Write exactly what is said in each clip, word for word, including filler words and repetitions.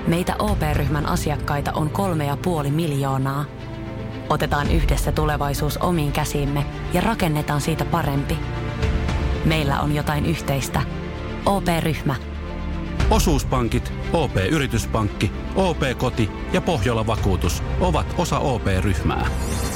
Meitä O P-ryhmän asiakkaita on kolme ja puoli miljoonaa. Otetaan yhdessä tulevaisuus omiin käsiimme ja rakennetaan siitä parempi. Meillä on jotain yhteistä. O P-ryhmä. Osuuspankit, O P-yrityspankki, O P-koti ja Pohjola-vakuutus ovat osa O P-ryhmää.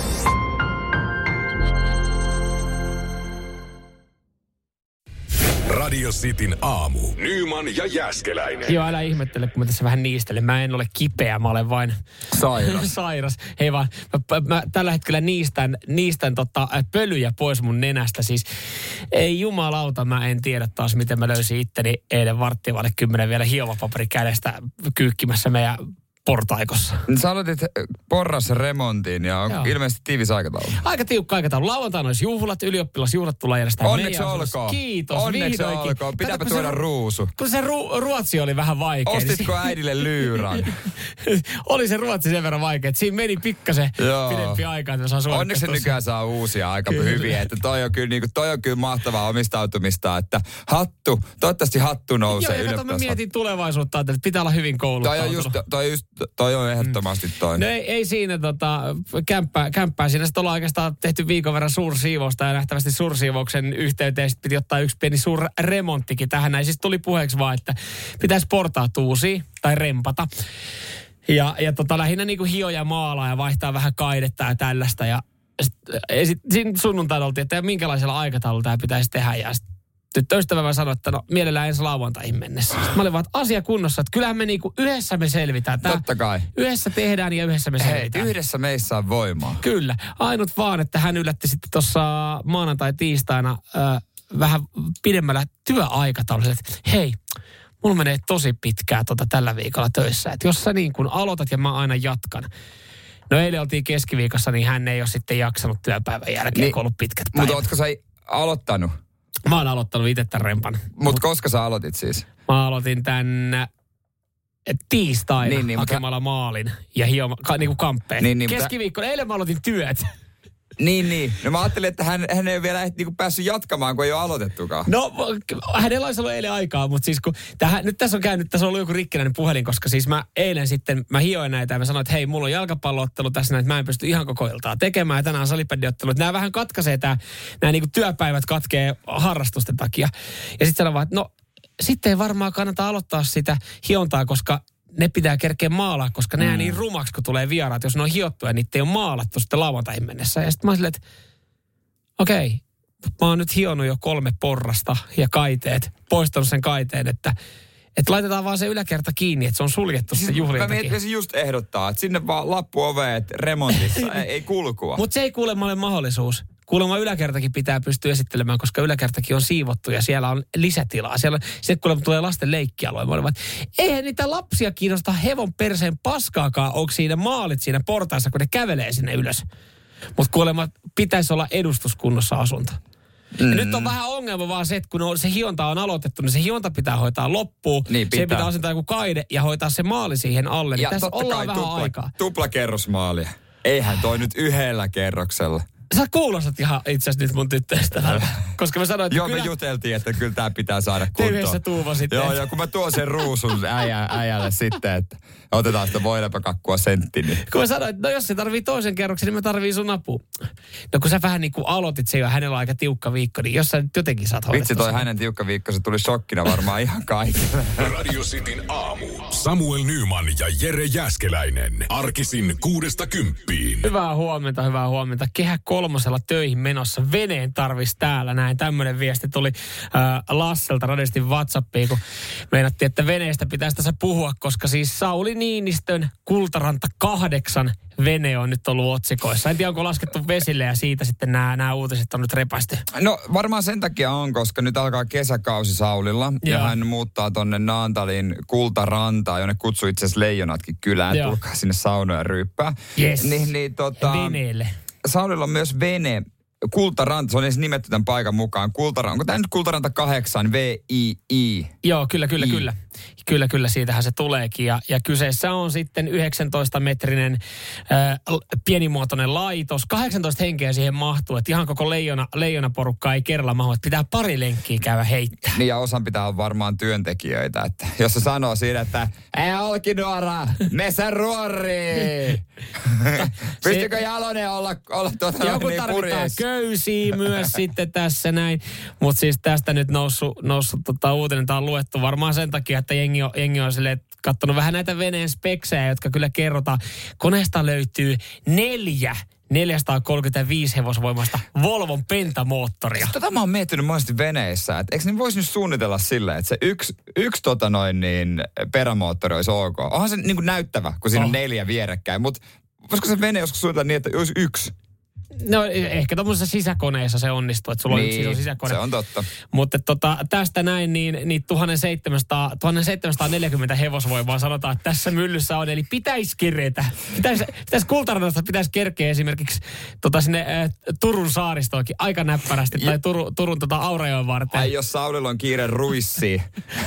Radio Cityn aamu. Nyman ja Jääskeläinen. Joo, älä ihmettele, kun mä tässä vähän niistelen. Mä en ole kipeä, mä olen vain sairas. sairas. Hei vaan, mä, mä tällä hetkellä niistän, niistän tota, pölyjä pois mun nenästä. Siis ei jumalauta, mä en tiedä taas, miten mä löysin itteni eilen varttivalle kymmenen vielä hiovapaperi kädestä kyykkimässä meidän portaikossa. Sä aloitit porrasremontin ja on Joo. ilmeisesti tiivis aikataulu. Aika tiukka aikataulu. Lauantaina olisi juhlat, ylioppilasjuhlat tulee järjestää. Onneksi olkoon. Kiitos, Onneksi vihdoinkin. olkoon. Pitääpä Tätä, tuoda se, ruusu. Kun se ru, ruotsi oli vähän vaikea. Ostitko niin äidille lyyrän? Oli se ruotsi sen verran vaikea, että siinä meni pikkasen pidempi aika, että mä saan suorittaa. Onneksi nykyään saa uusia aika kyllä. hyviä. Että toi on kyllä, niin kuin, toi on kyllä mahtavaa omistautumista, että hattu, toivottavasti hattu nousee. Joo, ja kato, mä mietin tulevaisuutta, että pitää olla hyvin kouluttautunut. Toi on, just, toi just, toi on ehdottomasti toi. No ei, ei siinä tota, kämppää, kämppää. Siinä sitten ollaan oikeastaan tehty viikon verran suursiivousta ja nähtävästi suursiivouksen yhteyteen sitten piti ottaa yksi pieni suurremonttikin tähän. Näin siis tuli puheeksi vaan, että pitäisi portaat uusia tai rempata. Ja, ja tota, lähinnä niin kuin hioja maalaa ja vaihtaa vähän kaidetta ja tällaista. Ja sitten siinä sunnuntaina oltiin, että minkälaisella aikataululla tämä pitäisi tehdä. Ja tyttöystävä mä sanoin, että no mielellään ensi lauantaihin mennessä. Sitten mä olin vaan, että asia kunnossa, että kyllähän me niinku yhdessä me selvitään. Tää Totta kai. Yhdessä tehdään ja yhdessä me selvitään. Hei, yhdessä meissä on voimaa. Kyllä. Ainut vaan, että hän yllätti sitten tuossa maanantai-tiistaina äh, vähän pidemmällä työaikataululla, että hei, mulla menee tosi pitkää tota tällä viikolla töissä. Että jos sä niin kun aloitat ja mä aina jatkan. No eilen oltiin keskiviikossa, niin hän ei ole sitten jaksanut työpäivän jälkeen, niin, kun ollut pitkät päivät. Mutta ootko sä aloittanut? Mä oon aloittanut itse tämän rempan. Mutta Mut, koska sä aloitit siis? Mä aloitin tämän tiistaina niin, niin, hakemalla mutta maalin ja hioma, ka, niin kuin kamppeen. Niin, niin, Keskiviikkona, mutta eilen mä aloitin työt. Niin, niin. No mä ajattelin, että hän, hän ei ole vielä niinku päässyt jatkamaan, kun ei ole aloitettukaan. No, hänellä olisi ollut eilen aikaa, mutta siis kun tähän, nyt tässä on käynyt, tässä on ollut joku rikkinäinen puhelin, koska siis mä eilen sitten, mä hioin näitä ja mä sanoin, että hei, mulla on jalkapalloottelu tässä näin, että mä en pysty ihan koko iltaa tekemään ja tänään on salibändiottelu. Nämä vähän katkaisee tää, nämä niinku työpäivät katkee harrastusten takia. Ja sitten sanoin vaan, että no, sitten ei varmaan kannata aloittaa sitä hiontaa, koska ne pitää kerkeä maalaa, koska ne jää mm. niin rumaksi, kun tulee vieraat. Jos ne on hiottu ja niitä ei ole maalattu sitten lauantaihin mennessä. Ja sitten mä silleen, että okei, okay, mä oon nyt hionnut jo kolme porrasta ja kaiteet, poistanut sen kaiteen, että, että laitetaan vaan se yläkerta kiinni, että se on suljettu siis se juhlien takia. Mä mietin, just ehdottaa, että sinne vaan lappu oveet remontissa, ei, ei kulkua. Mutta se ei kuulemma ole mahdollisuus. Kuulemma yläkertakin pitää pystyä esittelemään, koska yläkertakin on siivottu ja siellä on lisätilaa. Siellä, siellä kuulemma tulee lasten leikkialue. Mä olin vaan, eihän niitä lapsia kiinnosta hevon perseen paskaakaan, onko siinä maalit siinä portaissa, kun ne kävelee sinne ylös. Mutta kuulemma pitäisi olla edustuskunnossa asunto. Mm. Ja nyt on vähän ongelma vaan se, että kun on, se hionta on aloitettu, niin se hionta pitää hoitaa loppuun. Niin pitää. Se pitää asentaa joku kaide ja hoitaa se maali siihen alle. Niin tässä ollaan vähän tupla, aikaa. Tuplakerrosmaalia. Eihän toi nyt yhdellä kerroksella. Sä kuulostat ihan itse asiassa nyt mun tyttöystävältä. Koska mä sanoin, että joo, kyllä... me juteltiin, että kyllä tää pitää saada kuntoon. Te yhdessä tuuma sitten. Joo, joo, kun mä tuon sen ruusun äijä, äijälle sitten, että otetaan sitä voilepäkakkua sentti. Niin. Kun mä sanoin, että no jos se tarvii toisen kerroksen, niin mä tarvii sun apua. No kun sä vähän niin kuin aloitit se jo, hänellä on aika tiukka viikko, niin jos sä nyt jotenkin saat hoidettu. Vitsi toi hänen tiukka viikko, se tuli shokkina varmaan ihan kaikille. Radio Cityn aamu. Samuel Nyman ja Jere Jääskeläinen. Arkisin kuudesta kymppiin. Hyvää huomenta, hyvää huomenta. Kehä kolmosella töihin menossa. Veneen tarvis täällä. Näin tämmöinen viesti tuli äh, Lasselta radistin WhatsAppiin, kun meinattiin, että veneestä pitäisi tässä puhua, koska siis Sauli Niinistön Kultaranta kahdeksan vene on nyt ollut otsikoissa. En tiedä, onko laskettu vesille ja siitä sitten nämä, nämä uutiset on nyt repästy. No varmaan sen takia on, koska nyt alkaa kesäkausi Saulilla. Ja, ja hän muuttaa tonne Naantalin Kultarantaan, jonne kutsuu itse asiassa leijonatkin kylään. Joo. Tulkaa sinne saunoja ryyppää. Yes. Niin, niin, tota, veneelle. Saulilla on myös vene Kultaranta, se on edes nimetty tämän paikan mukaan. Kultaranta, onko tämä nyt Kultaranta kahdeksan, V I I? Joo, kyllä, kyllä, I. kyllä. Kyllä, kyllä, siitähän se tuleekin. Ja, ja kyseessä on sitten yhdeksäntoista-metrinen äh, pienimuotoinen laitos. kahdeksantoista henkeä siihen mahtuu, että ihan koko leijona, leijonaporukka ei kerralla mahu, että pitää pari lenkkiä käydä heittää. Niin ja osan pitää olla varmaan työntekijöitä, että jos se sanoo siinä, että ei Olkinuora, mesä ruori. Pystykö Jalonen olla, olla tuota joku niin tarvitaan purjeessa? köysiä myös sitten tässä näin. Mutta siis tästä nyt noussut, noussut tota uutinen, tämä on luettu varmaan sen takia, että jengi on, jengi on silleen katsonut vähän näitä veneen speksejä, jotka kyllä kerrotaan. Koneesta löytyy neljä neljäsataakolmekymmentäviisi hevosvoimasta Volvon pentamoottoria. Tätä mä oon miettinyt monesti veneissä, että eikö ne voisi nyt suunnitella silleen, että se yksi, yksi tota noin niin perämoottori olisi ok. Onhan se niin kuin näyttävä, kun siinä oh. on neljä vierekkäin, mutta voisiko se vene joskus suunnitella niin, että olisi yksi? No ehkä tuommoisessa sisäkoneessa se onnistuu, että sulla niin, on yksi iso sisäkone. Se on totta. Mutta tota, tästä näin, niin, niin tuhatseitsemänsataa, tuhatseitsemänsataaneljäkymmentä hevosvoimaa sanotaan, että tässä myllyssä on. Eli pitäisi keretä. Pitäisi, pitäisi Kultarannasta pitäisi kerkeä esimerkiksi tota sinne äh, Turun saaristoonkin aika näppärästi. Tai Turu, Turun tota Aurajoen varten. Ai jos Saulilla on kiire ruissiin.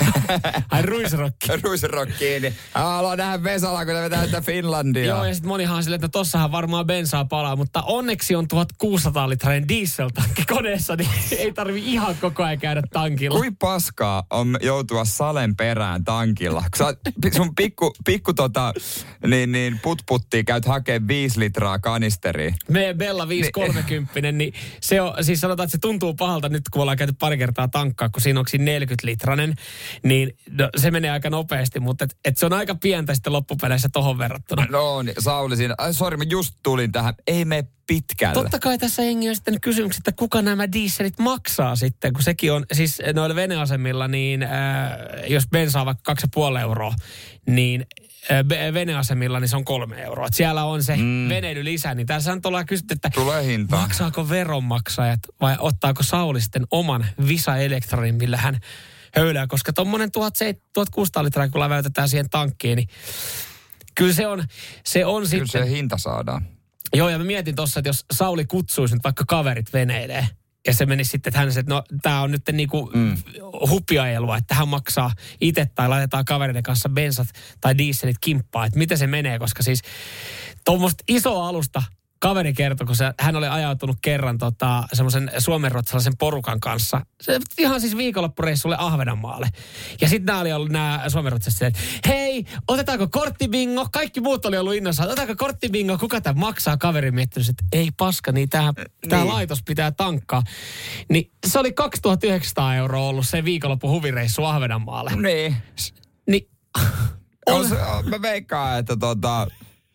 Ai ruisrokki. Ruisrokkiin, niin haluan nähdä Vesala, kun ne vetää sitä Finlandia. Joo, ja sitten monihan on silleen, että tossahan varmaan bensaa palaa, mutta onneksi on tuhatkuusisataa litrainen dieseltankki koneessa, niin ei tarvi ihan koko ajan käydä tankilla. Kui paskaa on joutua salen perään tankilla? Kun sä sun pikku, pikku tota, niin, niin putputtiin käyt hakemaan viisi litraa kanisteriin. Meidän Bella viisi kolmekymmentä, niin se on, siis sanotaan, että se tuntuu pahalta nyt, kun ollaan käyty pari kertaa tankkaa, kun siinä onkin neljäkymmentä litrainen, niin no, se menee aika nopeasti, mutta et, et se on aika pientä sitten loppupeleissä tohon verrattuna. No niin, Sauli siinä, sori mä just tulin tähän, ei mene pitkälle. Totta kai tässä jengi on sitten kysymys, että kuka nämä dieselit maksaa sitten, kun sekin on, siis noilla veneasemilla, niin äh, jos bensaa vaikka kaksi ja puoli euroa, niin äh, veneasemilla niin se on kolme euroa. Et siellä on se mm. veneilylisä, niin tässä on ollaan kysytty, että tulee hintaa. Maksaako veronmaksajat vai ottaako Sauli sitten oman Visa Electronin, millä hän höylää, koska tuommoinen tuhatkuusisataa litraa, kun läväytetään siihen tankkiin, niin kyllä se on, se on kyllä sitten. Se hinta saadaan. Joo, ja mä mietin tossa, että jos Sauli kutsuisi nyt vaikka kaverit veneilee, ja se menisi sitten, että hän että no tää on nyt niinku mm. hupiajelua, että hän maksaa itse tai laitetaan kavereiden kanssa bensat tai dieselit kimppaa, että miten se menee, koska siis tuommoista isoa alusta kaveri kertoi, kun se, hän oli ajautunut kerran tota, semmoisen suomenruotsalaisen porukan kanssa. Se, ihan siis viikonloppureissulle Ahvenanmaalle. Ja sitten nämä oli ollut nämä suomenruotsalaiset, että hei, otetaanko korttibingo? Kaikki muut oli ollut innossa. Otetaanko korttibingo? Kuka tämä maksaa? Kaveri miettinyt, että ei paska, niin tämä niin. laitos pitää tankkaa. Niin se oli kaksituhattayhdeksänsataa euroa ollut se viikonloppu huvireissu Ahvenanmaalle. Niin. Niin. On... Mä veikkaan, että tota...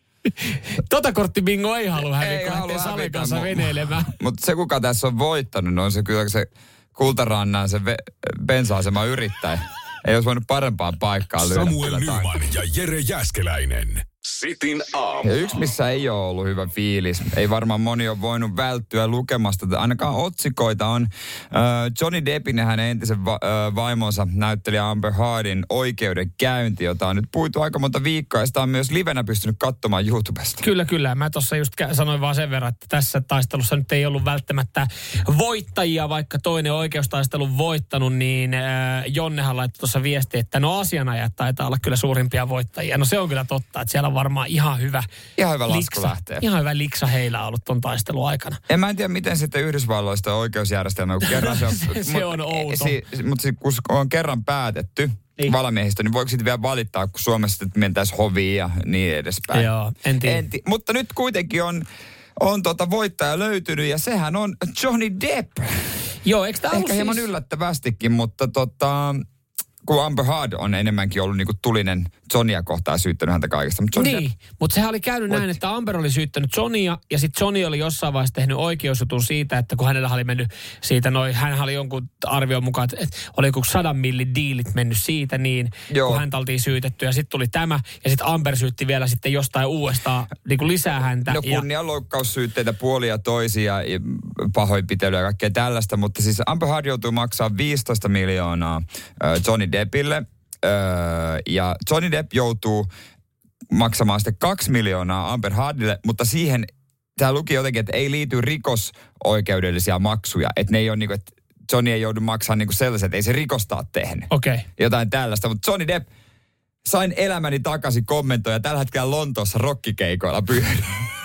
Tota korttibingo ei halua häviä, ei kun lähtee Salin kanssa veneilemään. Mutta se, kuka tässä on voittanut, no on se kyllä se Kultarannan, se ve- bensa-asema yrittäjä. Ei olisi voinut parempaan paikkaan lyödä. Samuel Nyman ja Jere Jääskeläinen. Sitin aamu. Ja yksi, missä ei ole ollut hyvä fiilis. Ei varmaan moni ole voinut välttyä lukemasta. Ainakaan otsikoita on äh, Johnny Deppin ja hänen entisen va- äh, vaimonsa näyttelijä Amber Heardin oikeudenkäynti, jota on nyt puitu aika monta viikkoa. Ja sitä on myös livenä pystynyt katsomaan YouTubesta. Kyllä, kyllä. Mä tuossa just sanoin vaan sen verran, että tässä taistelussa nyt ei ollut välttämättä voittajia, vaikka toinen oikeustaistelun voittanut, niin äh, Jonnehan laittoi tuossa viestiä, että no asianajat taitaa olla kyllä suurimpia voittajia. No se on kyllä totta, että siellä on varmaan ihan hyvä, ihan hyvä lasku liksa, lähtee. Ihan hyvä liksa heillä on ollut ton taistelun aikana. En mä en tiedä, miten sitten Yhdysvalloista oikeusjärjestelmä, kun kerran se on... se, se on outo. Si, mutta si, kun on kerran päätetty niin. valamiehistö, niin voiko sitten vielä valittaa, kun Suomessa sitten mentäisiin hoviin ja niin edespäin. Joo, en tiedä. En ti- mutta nyt kuitenkin on, on tota voittaja löytynyt ja sehän on Johnny Depp. Joo, eikö tämä Ehkä hieman siis... yllättävästikin, mutta tota... kun Amber Heard on enemmänkin ollut niinku tulinen Johnia kohtaan ja syyttänyt häntä kaikesta. Mut niin, mutta sehän oli käynyt Voit. näin, että Amber oli syyttänyt Johnia ja sitten Johnny oli jossain vaiheessa tehnyt oikeusjutun siitä, että kun hänellä oli mennyt siitä noin, hän oli jonkun arvion mukaan, että oli joku sadan millin diilit mennyt siitä niin, Joo. kun häntä oltiin syytetty ja sitten tuli tämä ja sitten Amber syytti vielä sitten jostain uudestaan niin kuin lisää häntä. No kunnianloukkaussyytteitä puolia toisia, pahoinpitelyä ja kaikkea tällaista, mutta siis Amber Heard joutuu maksaa viisitoista miljoonaa äh, Johnny Deppille. Öö, ja Johnny Depp joutuu maksamaan sitten kaksi miljoonaa Amber Heardille, mutta siihen tää luki jotenkin, että ei liity rikosoikeudellisia maksuja. Että ne ei ole niinku, että Johnny ei joudu maksamaan niinku sellaiset, että ei se rikosta ole tehnyt. Okei. Okay. Jotain tällaista. Mutta Johnny Depp, sain elämäni takaisin kommentoja. Tällä hetkellä Lontoossa rokkikeikoilla pyörii.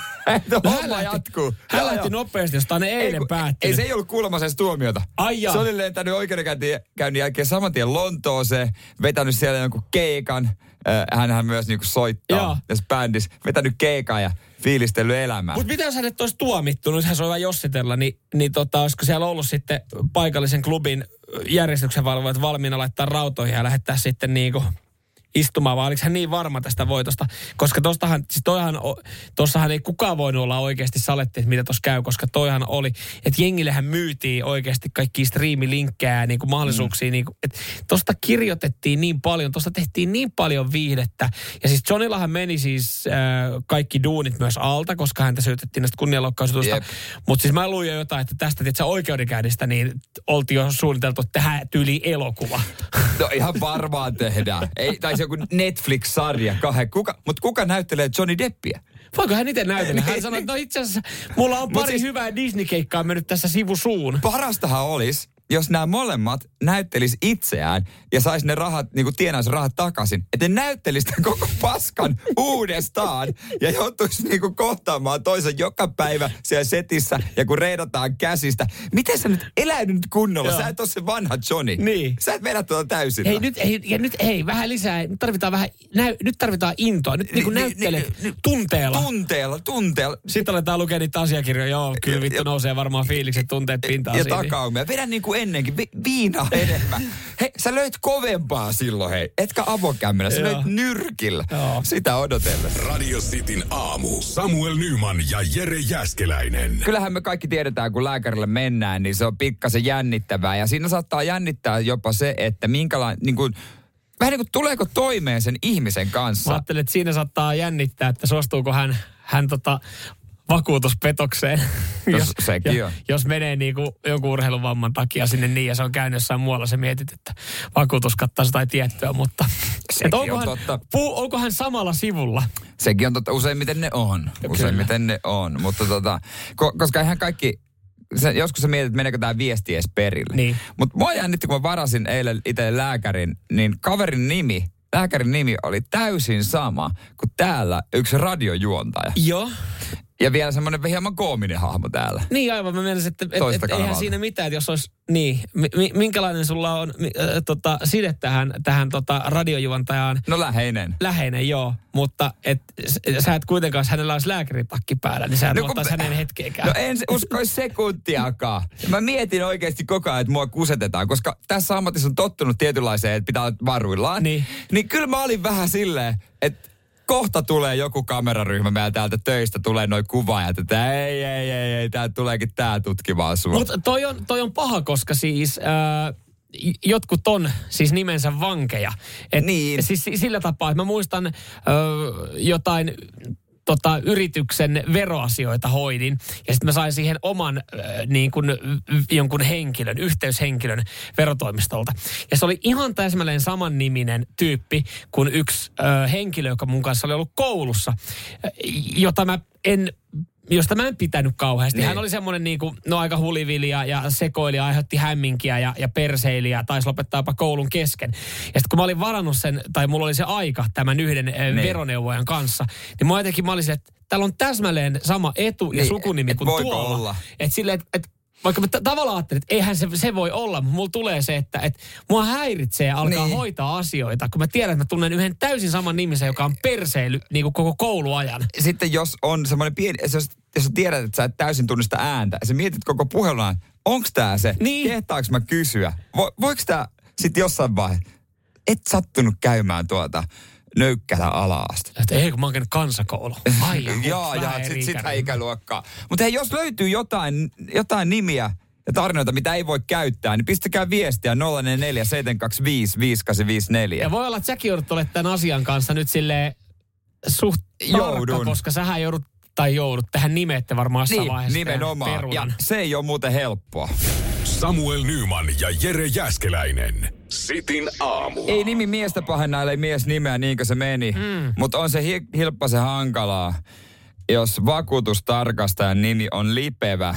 No, homma jatkuu. Hän lähti nopeasti, josta ne eilen päättynyt. Ei se ei ollut kuulemma sen tuomiota. Ai jaa. Se oli lentänyt oikeudenkäynnin jälkeen saman tien Lontooseen, vetänyt siellä jonkun keikan. Hänhän myös niinku soittaa Joo. tässä bändissä. Vetänyt keikan ja fiilistellyt elämää. Mutta mitä jos hänet olisi tuomittu, no sehän se on hyvä jossitella, niin, niin tota, olisiko siellä ollut sitten paikallisen klubin järjestyksenvalvojat valmiina laittaa rautoihin ja lähettää sitten niinku istumaan, vai oliko hän niin varma tästä voitosta? Koska tostahan, siis toihan, tossahan ei kukaan voinut olla oikeasti saletti, että mitä tuossa käy, koska toihan oli, että jengillehän myytiin oikeasti kaikkia striimilinkkejä, niin kuin mahdollisuuksia, mm. niin kuin, että tosta kirjoitettiin niin paljon, tosta tehtiin niin paljon viihdettä. Ja siis Johnillahan meni siis äh, kaikki duunit myös alta, koska häntä syytettiin näistä kunnianloukkausjutusta. Yep. Mutta siis mä luin jo jotain, että tästä tietysti oikeudenkäynnistä, niin oltiin jo suunniteltu, että tehdään tyyli elokuva. No ihan varmaan tehdään. Ei, tai joku Netflix-sarja, kahden. Kuka, mutta kuka näyttelee Johnny Deppiä? Voiko hän itse näytellä? Hän sanoi, että no itse asiassa mulla on pari siis, hyvää Disney-keikkaa mennyt tässä sivusuun. Parastahan olisi, jos nämä molemmat näyttelis itseään ja sais ne rahat, niin kuin tienais rahat takaisin. Että ne näyttelis koko paskan uudestaan ja joutuisi niin kuin kohtaamaan toisen joka päivä siellä setissä ja kun reidataan käsistä. Miten sä nyt eläydy nyt kunnolla? Joo. Sä et ole se vanha Johnny. Niin. Sä et vedä tuota täysin. Hei nyt, hei, ja nyt hei, vähän lisää. Nyt tarvitaan vähän, näy, nyt tarvitaan intoa. Nyt niin kuin näyttelet ni, ni, tunteella. Tunteella, tunteella. Sitten aletaan lukea niitä asiakirjoja. Joo, kyllä vittu ja, nousee varmaan fiilikset, tunteet pintaan. Ja takaumia. Vedä niin kuin ennenkin. Vi, viina enemmän. Hei, sä löit kovempaa silloin, hei. Etkä avokämmenä, sä löit nyrkillä. Joo. Sitä odotellen. Radio Cityn aamu. Samuel Nyman ja Jere Jääskeläinen. Kyllähän me kaikki tiedetään, kun lääkärille mennään, niin se on pikkasen jännittävää. Ja siinä saattaa jännittää jopa se, että minkälainen, niin kuin, vähän niin kuin tuleeko toimeen sen ihmisen kanssa. Mä ajattelin, että siinä saattaa jännittää, että suostuuko hän, hän tota... vakuutuspetokseen, jos, sekin on. jos menee niin kuin jonkun urheiluvamman takia sinne niin ja se on käynyt jossain muualla, se mietit, että vakuutus kattaa jotain tiettyä, mutta et onko, on hän, puu, onko hän samalla sivulla? Sekin on totta, useimmiten ne on, useimmiten ne on, mutta tota, ko, koska eihän kaikki, se, joskus sä mietit, että meneekö tämä viesti edes perille. Niin. Mutta mua jännitti, kun mä varasin eilen itse lääkärin, niin kaverin nimi, lääkärin nimi oli täysin sama kuin täällä yksi radiojuontaja. Joo. Ja vielä semmoinen hieman koominen hahmo täällä. Niin aivan, mä menisin, että et, et, eihän siinä mitään, että jos olisi, niin, mi, minkälainen sulla on mi, äh, tota, side tähän, tähän tota, radiojuontajaan? No läheinen. Läheinen, joo, mutta et, sä et kuitenkaan, jos hänellä olisi lääkäritakki päällä, niin sä et no, luottaisi hänen hetkeekään. No en uskoisi sekuntiakaan. Mä mietin oikeasti koko ajan, että mua kusetetaan, koska tässä ammatissa on tottunut tietynlaiseen, että pitää olla varuillaan. Niin. Niin kyllä mä olin vähän silleen, että kohta tulee joku kameraryhmä meillä täältä töistä, tulee noi kuvaajat, että ei, ei, ei, ei, täältä tuleekin tää tutkimaan sua. Mutta toi on, toi on paha, koska siis äh, jotkut on siis nimensä vankeja. Et, niin. Siis sillä tapaa, että mä muistan äh, jotain tota, yrityksen veroasioita hoidin. Ja sitten mä sain siihen oman äh, niin kuin, jonkun henkilön, yhteyshenkilön verotoimistolta. Ja se oli ihan täsmälleen saman niminen tyyppi kuin yksi äh, henkilö, joka mun kanssa oli ollut koulussa, äh, jota mä en... josta mä en pitänyt kauheasti. Niin. Hän oli semmoinen niin kuin, no aika hulivilja ja sekoili ja aiheutti hämminkiä ja, ja perseili ja taisi lopettaa jopa koulun kesken. Ja sitten kun mä olin varannut sen, tai mulla oli se aika tämän yhden niin. veroneuvojan kanssa, niin mä jotenkin mä olisin, että täällä on täsmälleen sama etu ja niin. sukunimi kuin tuolla. Olla? Että silleen, että et, vaikka mä t- tavallaan ajattelin, että eihän se, se voi olla, mutta mulla tulee se, että et mua häiritsee ja alkaa niin. hoitaa asioita, kun mä tiedän, että mä tunnen yhden täysin saman nimisen, joka on perseily niin kuin koko kouluajan. Sitten jos on semmoinen pieni, jos, jos sä tiedät, että sä et täysin tunnista ääntä, ja sä mietit koko puhelun, onko tää se, niin. kehtaanko mä kysyä, Vo, voiko tää sitten jossain vaiheessa, et sattunut käymään tuota Nöykkälä ala-aste. Että ei, kun mä oon käynyt kansakoulu. Ai, joo, ja sit, sitä ikäluokkaa. Mutta hei, jos löytyy jotain, jotain nimiä ja tarinoita, mitä ei voi käyttää, niin pistäkää viestiä nolla neljä neljä seitsemän kaksi viisi viisi kahdeksan viisi neljä. Ja voi olla, että säkin joudut olemaan tämän asian kanssa nyt silleen suht tarkka, koska sähän joudut, tai joudut tähän nimeette varmaan jossain niin, vaiheessa. Nimenomaan. Ja se ei ole muuten helppoa. Samuel Nyman ja Jere Jääskeläinen. Sitin aamu. Ei nimi miestä pahenna, ei mies nimeä, niinkö se meni. Mm. Mutta on se hi- hilppasen hankalaa. jos vakuutustarkastajan nimi on Lipevä,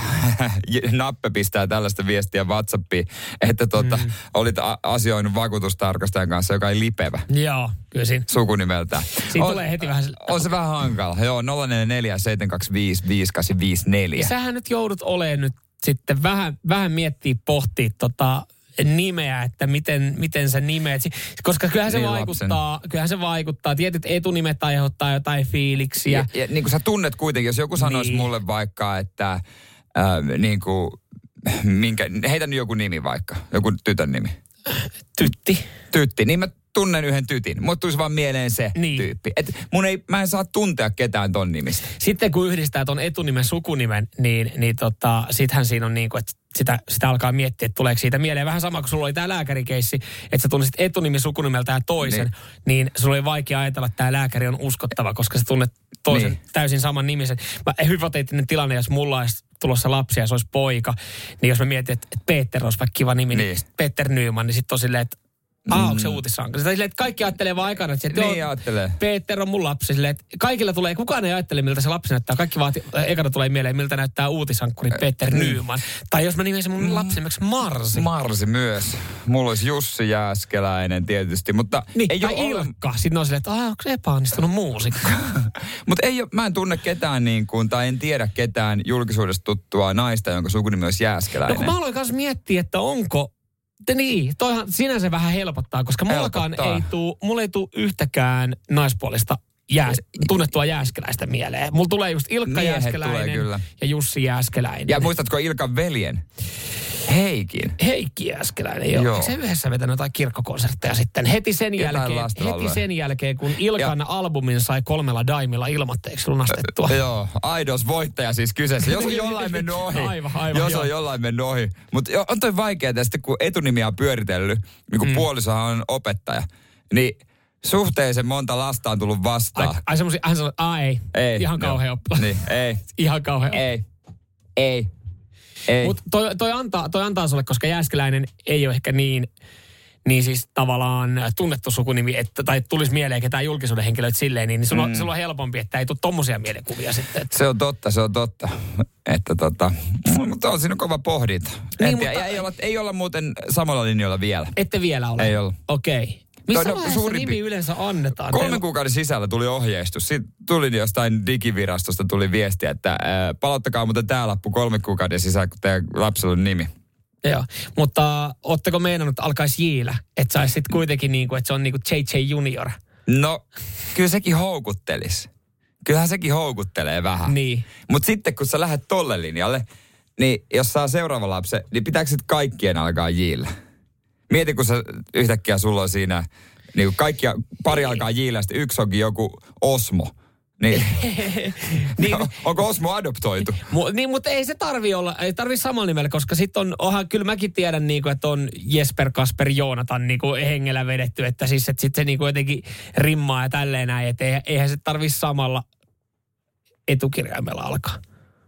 Nappe pistää tällaista viestiä WhatsAppiin, että tota, mm. olit a- asioinut vakuutustarkastajan kanssa, joka ei Lipevä. Joo, kyllä siinä. Sukunimeltään. Siinä on, tulee heti vähän... On se vähän hankala. Joo, nolla neljä neljä seitsemän kaksi viisi viisi kahdeksan viisi neljä. Ja sähän nyt joudut olemaan nyt sitten vähän, vähän miettiä, pohtia tota nimeä, että miten, miten sä nimeet. Koska kyllähän se niin vaikuttaa, lapsen. kyllähän se vaikuttaa. Tietyt etunimet aiheuttaa jotain fiiliksiä. Ja, ja niin kuin sä tunnet kuitenkin, jos joku sanoisi niin. mulle vaikka, että äh, niin kuin, minkä, heitä nyt joku nimi vaikka, joku tytön nimi. Tytti. Tytti, niin mä tunnen yhden tytin. Mut tulisi vaan mieleen se niin. tyyppi. Et mun ei, mä en saa tuntea ketään ton nimistä. Sitten kun yhdistää ton etunimen sukunimen, niin, niin tota, sittenhän siinä on niin kuin, että sitä, sitä alkaa miettiä, että tuleeko siitä mieleen. Vähän sama kuin sulla oli tää lääkärikeissi, että sä tunnisit etunimen sukunimeltään toisen, niin, niin sulla oli vaikea ajatella, että tää lääkäri on uskottava, koska sä tunnet toisen niin. täysin saman nimisen. Mä, hypoteettinen tilanne, jos mulla olisi tulossa lapsia ja se olisi poika, niin jos mä mietin, että Peter olisi vaikka kiva nimi, niin, niin Peter Nyman, niin sitten on silleen, että Ah, onko se uutissanka? Sitä silleen, että kaikki ajattelee vaan aikana, että niin joo, ajattelee. Peter on mun lapsi. Silleen, että kaikilla tulee, kukaan ei ajattele, miltä se lapsi näyttää. Kaikki vaan ekana tulee mieleen, miltä näyttää uutisankkuri Peter mm. Nyman. Tai jos mä nimesin mun mm. lapsimeksi Marsi. Marsi myös. Mulla olisi Jussi Jääskeläinen tietysti, mutta niin, ei tai ole Ilkka. Ole... Sitten on silleen, että ah, onko se epäonnistunut muusikko? Mutta ei ole, mä en tunne ketään niin kuin, tai en tiedä ketään julkisuudesta tuttua naista, jonka sukunimi olisi Jääskeläinen. No kun mä aloin kanssa miettiä, että onko Te niin, toihan sinänsä vähän helpottaa, koska mullakaan ei tuu, mulla ei tuu yhtäkään naispuolista jääs, tunnettua Jääskeläistä mieleen. Mulla tulee just Ilkka Miehet Jääskeläinen ja Jussi Jääskeläinen. Ja muistatko Ilkan veljen? Heikin. Heikki Jääskeläinen, joo. joo. Eikö se yhdessä vetänyt jotain kirkkokonsertteja sitten? Heti sen, jälkeen, heti sen jälkeen, kun Ilkan ja albumin sai kolmella daimilla ilmatteeksi lunastettua. Joo, aidos voittaja siis kyseessä. Jos on jollain mennyt ohi. Aivan, aivan. Jos on jollain mennyt ohi. Mutta on toi vaikeaa sitten, kun etunimiä on pyöritellyt, niin kun mm. puolisohan on opettaja, niin suhteellisen monta lasta on tullut vastaan. Ai, ai semmosia, hän sanoi, että ei. ei. Ihan kauhean oppilas. Niin, ei. Ihan kauhean Ei. Ei. Mutta toi, toi, antaa, toi antaa sulle, koska Jääskeläinen ei ole ehkä niin, niin siis tavallaan tunnettu sukunimi, että, tai tulisi mieleen ketään julkisuuden henkilöitä silleen, niin, niin sulla, mm. sulla on helpompi, että ei tule tommosia mielikuvia sitten. Että. Se on totta, se on totta. Että tota, mutta on siinä kova pohdinta. Niin, mutta, ei, olla, ei olla muuten samalla linjoilla vielä. Ette vielä ole? Ei olla. Okei. Okay. Missä no, vaiheessa suurimpi... nimi yleensä annetaan? Kolmen Teillä... kuukauden sisällä tuli ohjeistus. Sitten tuli jostain digivirastosta tuli viesti, että ää, palauttakaa muuten tää lappu kolmen kuukauden sisällä, kun teidän lapsella on nimi. Joo, mutta ootteko meinannut, että alkaisi Jillä? Että saisi sitten kuitenkin niin kuin, että se on niin kuin J J Junior. No, kyllä sekin houkuttelisi. Kyllähän sekin houkuttelee vähän. Niin. Mutta sitten kun sä lähdet tolle linjalle, niin jos saa seuraava lapsen, niin pitääkö sitten kaikkien alkaa Jillä? Mieti, kun sä yhtäkkiä sulla on siinä, niin kuin kaikkia, pari alkaa Jillä, yksi onkin joku Osmo. Niin. niin. No, onko Osmo adoptoitu? Mu, niin, mutta ei se tarvi olla, ei tarvi samalla nimellä, koska sitten on, onhan, kyllä mäkin tiedän, niin kuin, että on Jesper, Kasper, Joonatan niin kuin hengellä vedetty, että siis, että sitten se niin kuin jotenkin rimmaa ja tälleen näin, että eihän, eihän se tarvi samalla etukirjaimella alkaa.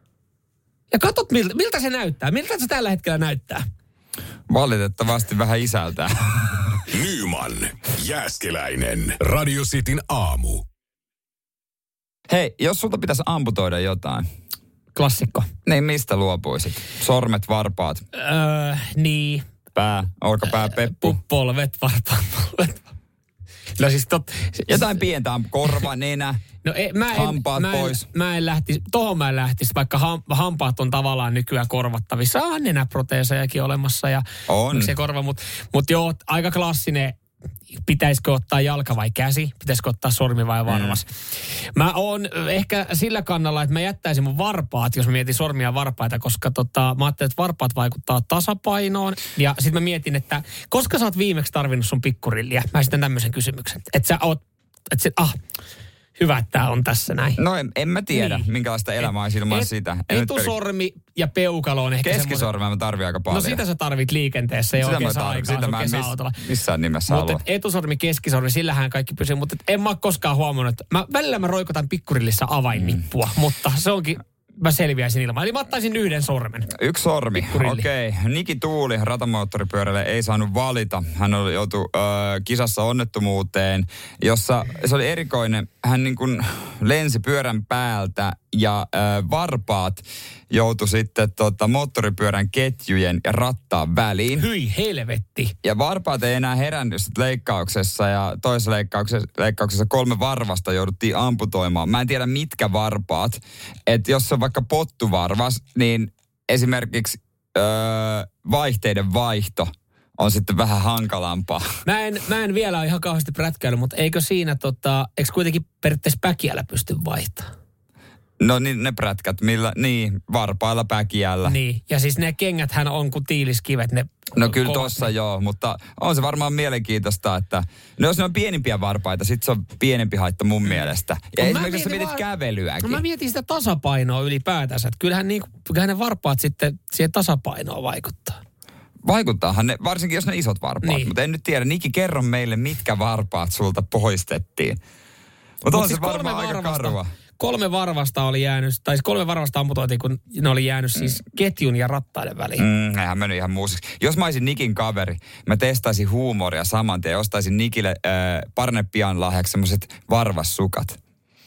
Ja katsot, miltä, miltä se näyttää, miltä se tällä hetkellä näyttää. Valitettavasti vähän isältää. Nyman, Jääskeläinen, Radio Cityn aamu. Hei, jos sulta pitäisi amputoida jotain. Klassikko. Niin, mistä luopuisit? Sormet, varpaat? Öö, niin. Pää, olkapää, peppu. Öö, polvet, varpaat, polvet. No siis tot... Jotain pientä, korva, nenä, no ei, mä en, hampaat mä en, pois. Mä en lähtisi, tohon mä en lähtisi, vaikka ham, hampaat on tavallaan nykyään korvattavissa. On nenäproteesejakin olemassa ja on. Se korva, mutta mut joo, aika klassinen. Pitäisikö ottaa jalka vai käsi? Pitäisikö ottaa sormi vai varvas? Mm. Mä oon ehkä sillä kannalla, että mä jättäisin mun varpaat, jos mä mietin sormia ja varpaita, koska tota, mä ajattelin, että varpaat vaikuttaa tasapainoon. Ja sit mä mietin, että koska sä oot viimeksi tarvinnut sun pikkurilliä? Mä esitän tämmöisen kysymyksen. Että sä oot, että sit, ah, hyvä, että tää on tässä näin. No en, en mä tiedä, niin. Minkälaista elämää olisi ilman et, sitä. En etusormi ja peukalo on ehkä keskisormea mä tarvitsen aika paljon. No sitä sä tarvit liikenteessä ja oikein saa aikaa sun kesäautolla. Miss, missään nimessä halua. Mutta etusormi, keskisormi, sillähän kaikki pysyy. Mutta en mä ole koskaan huomannut, että mä, välillä mä roikotan pikkurillissa avainnippua, mm. mutta se onkin... Mä selviäisin ilman. Eli mä ottaisin yhden sormen. Yksi sormi, okei. Okay. Niki Tuuli ratamoottoripyörälle ei saanut valita. Hän oli joutu äh, kisassa onnettomuuteen, jossa se oli erikoinen. Hän niin kuin lensi pyörän päältä ja äh, varpaat joutui sitten tota, moottoripyörän ketjujen ja rattaan väliin. Hyi helvetti. Ja varpaat ei enää herännyt sit leikkauksessa ja toisessa leikkauksessa, leikkauksessa kolme varvasta jouduttiin amputoimaan. Mä en tiedä mitkä varpaat. Että jos on vaikka pottuvarvas, niin esimerkiksi öö, vaihteiden vaihto on sitten vähän hankalampaa. Mä en, mä en vielä ole ihan kauheasti prätkäillyt, mutta eikö siinä tota, eikö kuitenkin periaatteessa päkiällä pysty vaihtamaan? No niin, ne prätkät, millä, niin, varpailla päkiällä. Niin, ja siis ne kengäthän on kuin tiiliskivet, ne No kyllä kovat. tossa joo, mutta on se varmaan mielenkiintoista, että no jos ne on pienimpiä varpaita, sit se on pienempi haitta mun mielestä. Ja No esimerkiksi jos sä mietit vaan- kävelyäkin. No mä mietin sitä tasapainoa ylipäätänsä, että kyllähän, niin, kyllähän ne varpaat sitten siihen tasapainoon vaikuttaa. Vaikuttaahan ne, varsinkin jos ne isot varpaat. Niin. Mutta en nyt tiedä, Niki, kerro meille, mitkä varpaat sulta poistettiin. Mutta Mut on siis se varmaan kolme aika varvasta- karua. Kolme varvasta oli jäänyt, tai siis kolme varvasta amputoitiin, kun ne oli jäänyt siis ketjun ja rattaiden väliin. Mm, eihän mennyt ihan muusiksi. Jos mä olisin Nikin kaveri, mä testaisin huumoria saman tien ja ostaisin Nikille äh, parnepian lahjaksi semmoiset varvassukat.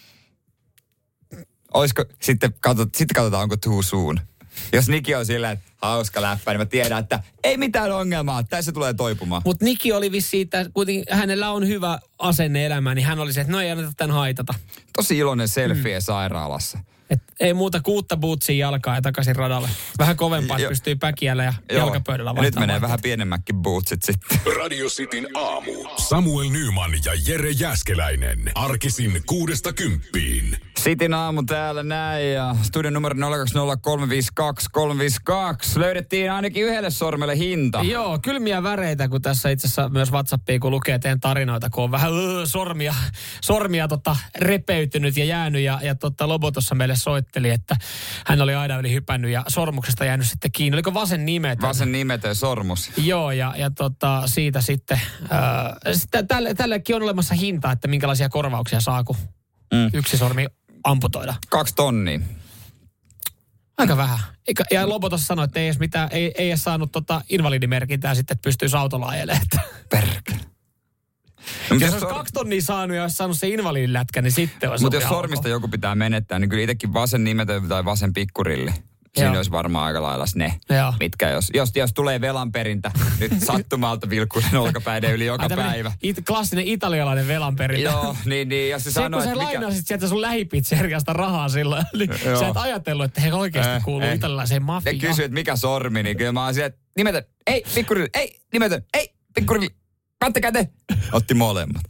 Oisko, sitten, katsot, sitten katsotaan, onko too soon. Jos Niki on silleen, että hauska läppä, niin mä tiedän, että ei mitään ongelmaa, tässä tulee toipumaan. Mutta Niki oli vissiin, että kuitenkin hänellä on hyvä asenne elämään, niin hän oli se, että no ei anneta tämän haitata. Tosi iloinen selfie mm. sairaalassa. Et ei muuta kuutta bootsia jalkaa ja takaisin radalle. Vähän kovempaa, että pystyy päkiällä ja Joo. jalkapöydällä Ja vaihtamaan. nyt menee vaihtoehtoja. vähän pienemmätkin bootsit sitten. Radio Cityn aamu. Samuel Nyman ja Jere Jääskeläinen. Arkisin kuudesta kymppiin. Sitin aamu täällä näin ja studion numero nolla kaksi nolla kolme viisi kaksi kolme viisi kaksi. Löydettiin ainakin yhdelle sormelle hinta. Joo, kylmiä väreitä, kun tässä itse asiassa myös WhatsAppia, kun lukee teidän tarinoita, kun on vähän öö, sormia, sormia tota, repeytynyt ja jäänyt. Ja, ja tota, Lobo tuossa meille soitteli, että hän oli aidan yli hypännyt ja sormuksesta jäänyt sitten kiinni. Oliko vasen nimetön? Vasen nimetön sormus. Joo, ja, ja tota, siitä sitten, äh, sitä, tälle, tällekin on olemassa hinta, että minkälaisia korvauksia saa, kun mm. yksi sormi amputoida. Kaksi tonnia. Aika vähän. Eikä, ja Lobo tuossa sanoi, että ei edes, mitään, ei, ei edes saanut tota invalidimerkintää sitten, että pystyisi autolla ajelemaan. Perkele. Jos olisi sor... kaksi tonnia saanut ja olisi saanut se invalidilätkä, niin sitten olisi Mutta jos ihan sormista ok. joku pitää menettää, niin kyllä itsekin vasen nimetön tai vasen pikkurilli. Siinä Joo. olisi varmaan aika lailla ne, Joo. mitkä jos, jos, jos tulee velanperintä nyt sattumalta vilkkuinen olkapäiden yli joka Ai, tämmönen päivä. It, klassinen italialainen velanperintä. Joo, niin, niin jos se Se, sanoo, kun sä että mikä... lainasit sieltä sun lähipizzeriasta rahaa silloin, niin Joo. sä et ajatellut, että he oikeasti Eh, kuuluu eh. italialaiseen Ne mafiaan. kysyy, että mikä sormi, niin kyllä mä oon siellä, että nimetön, ei, pikkurilli, ei, nimetön, ei, pikkurilli, kattokaa te. Otti molemmat.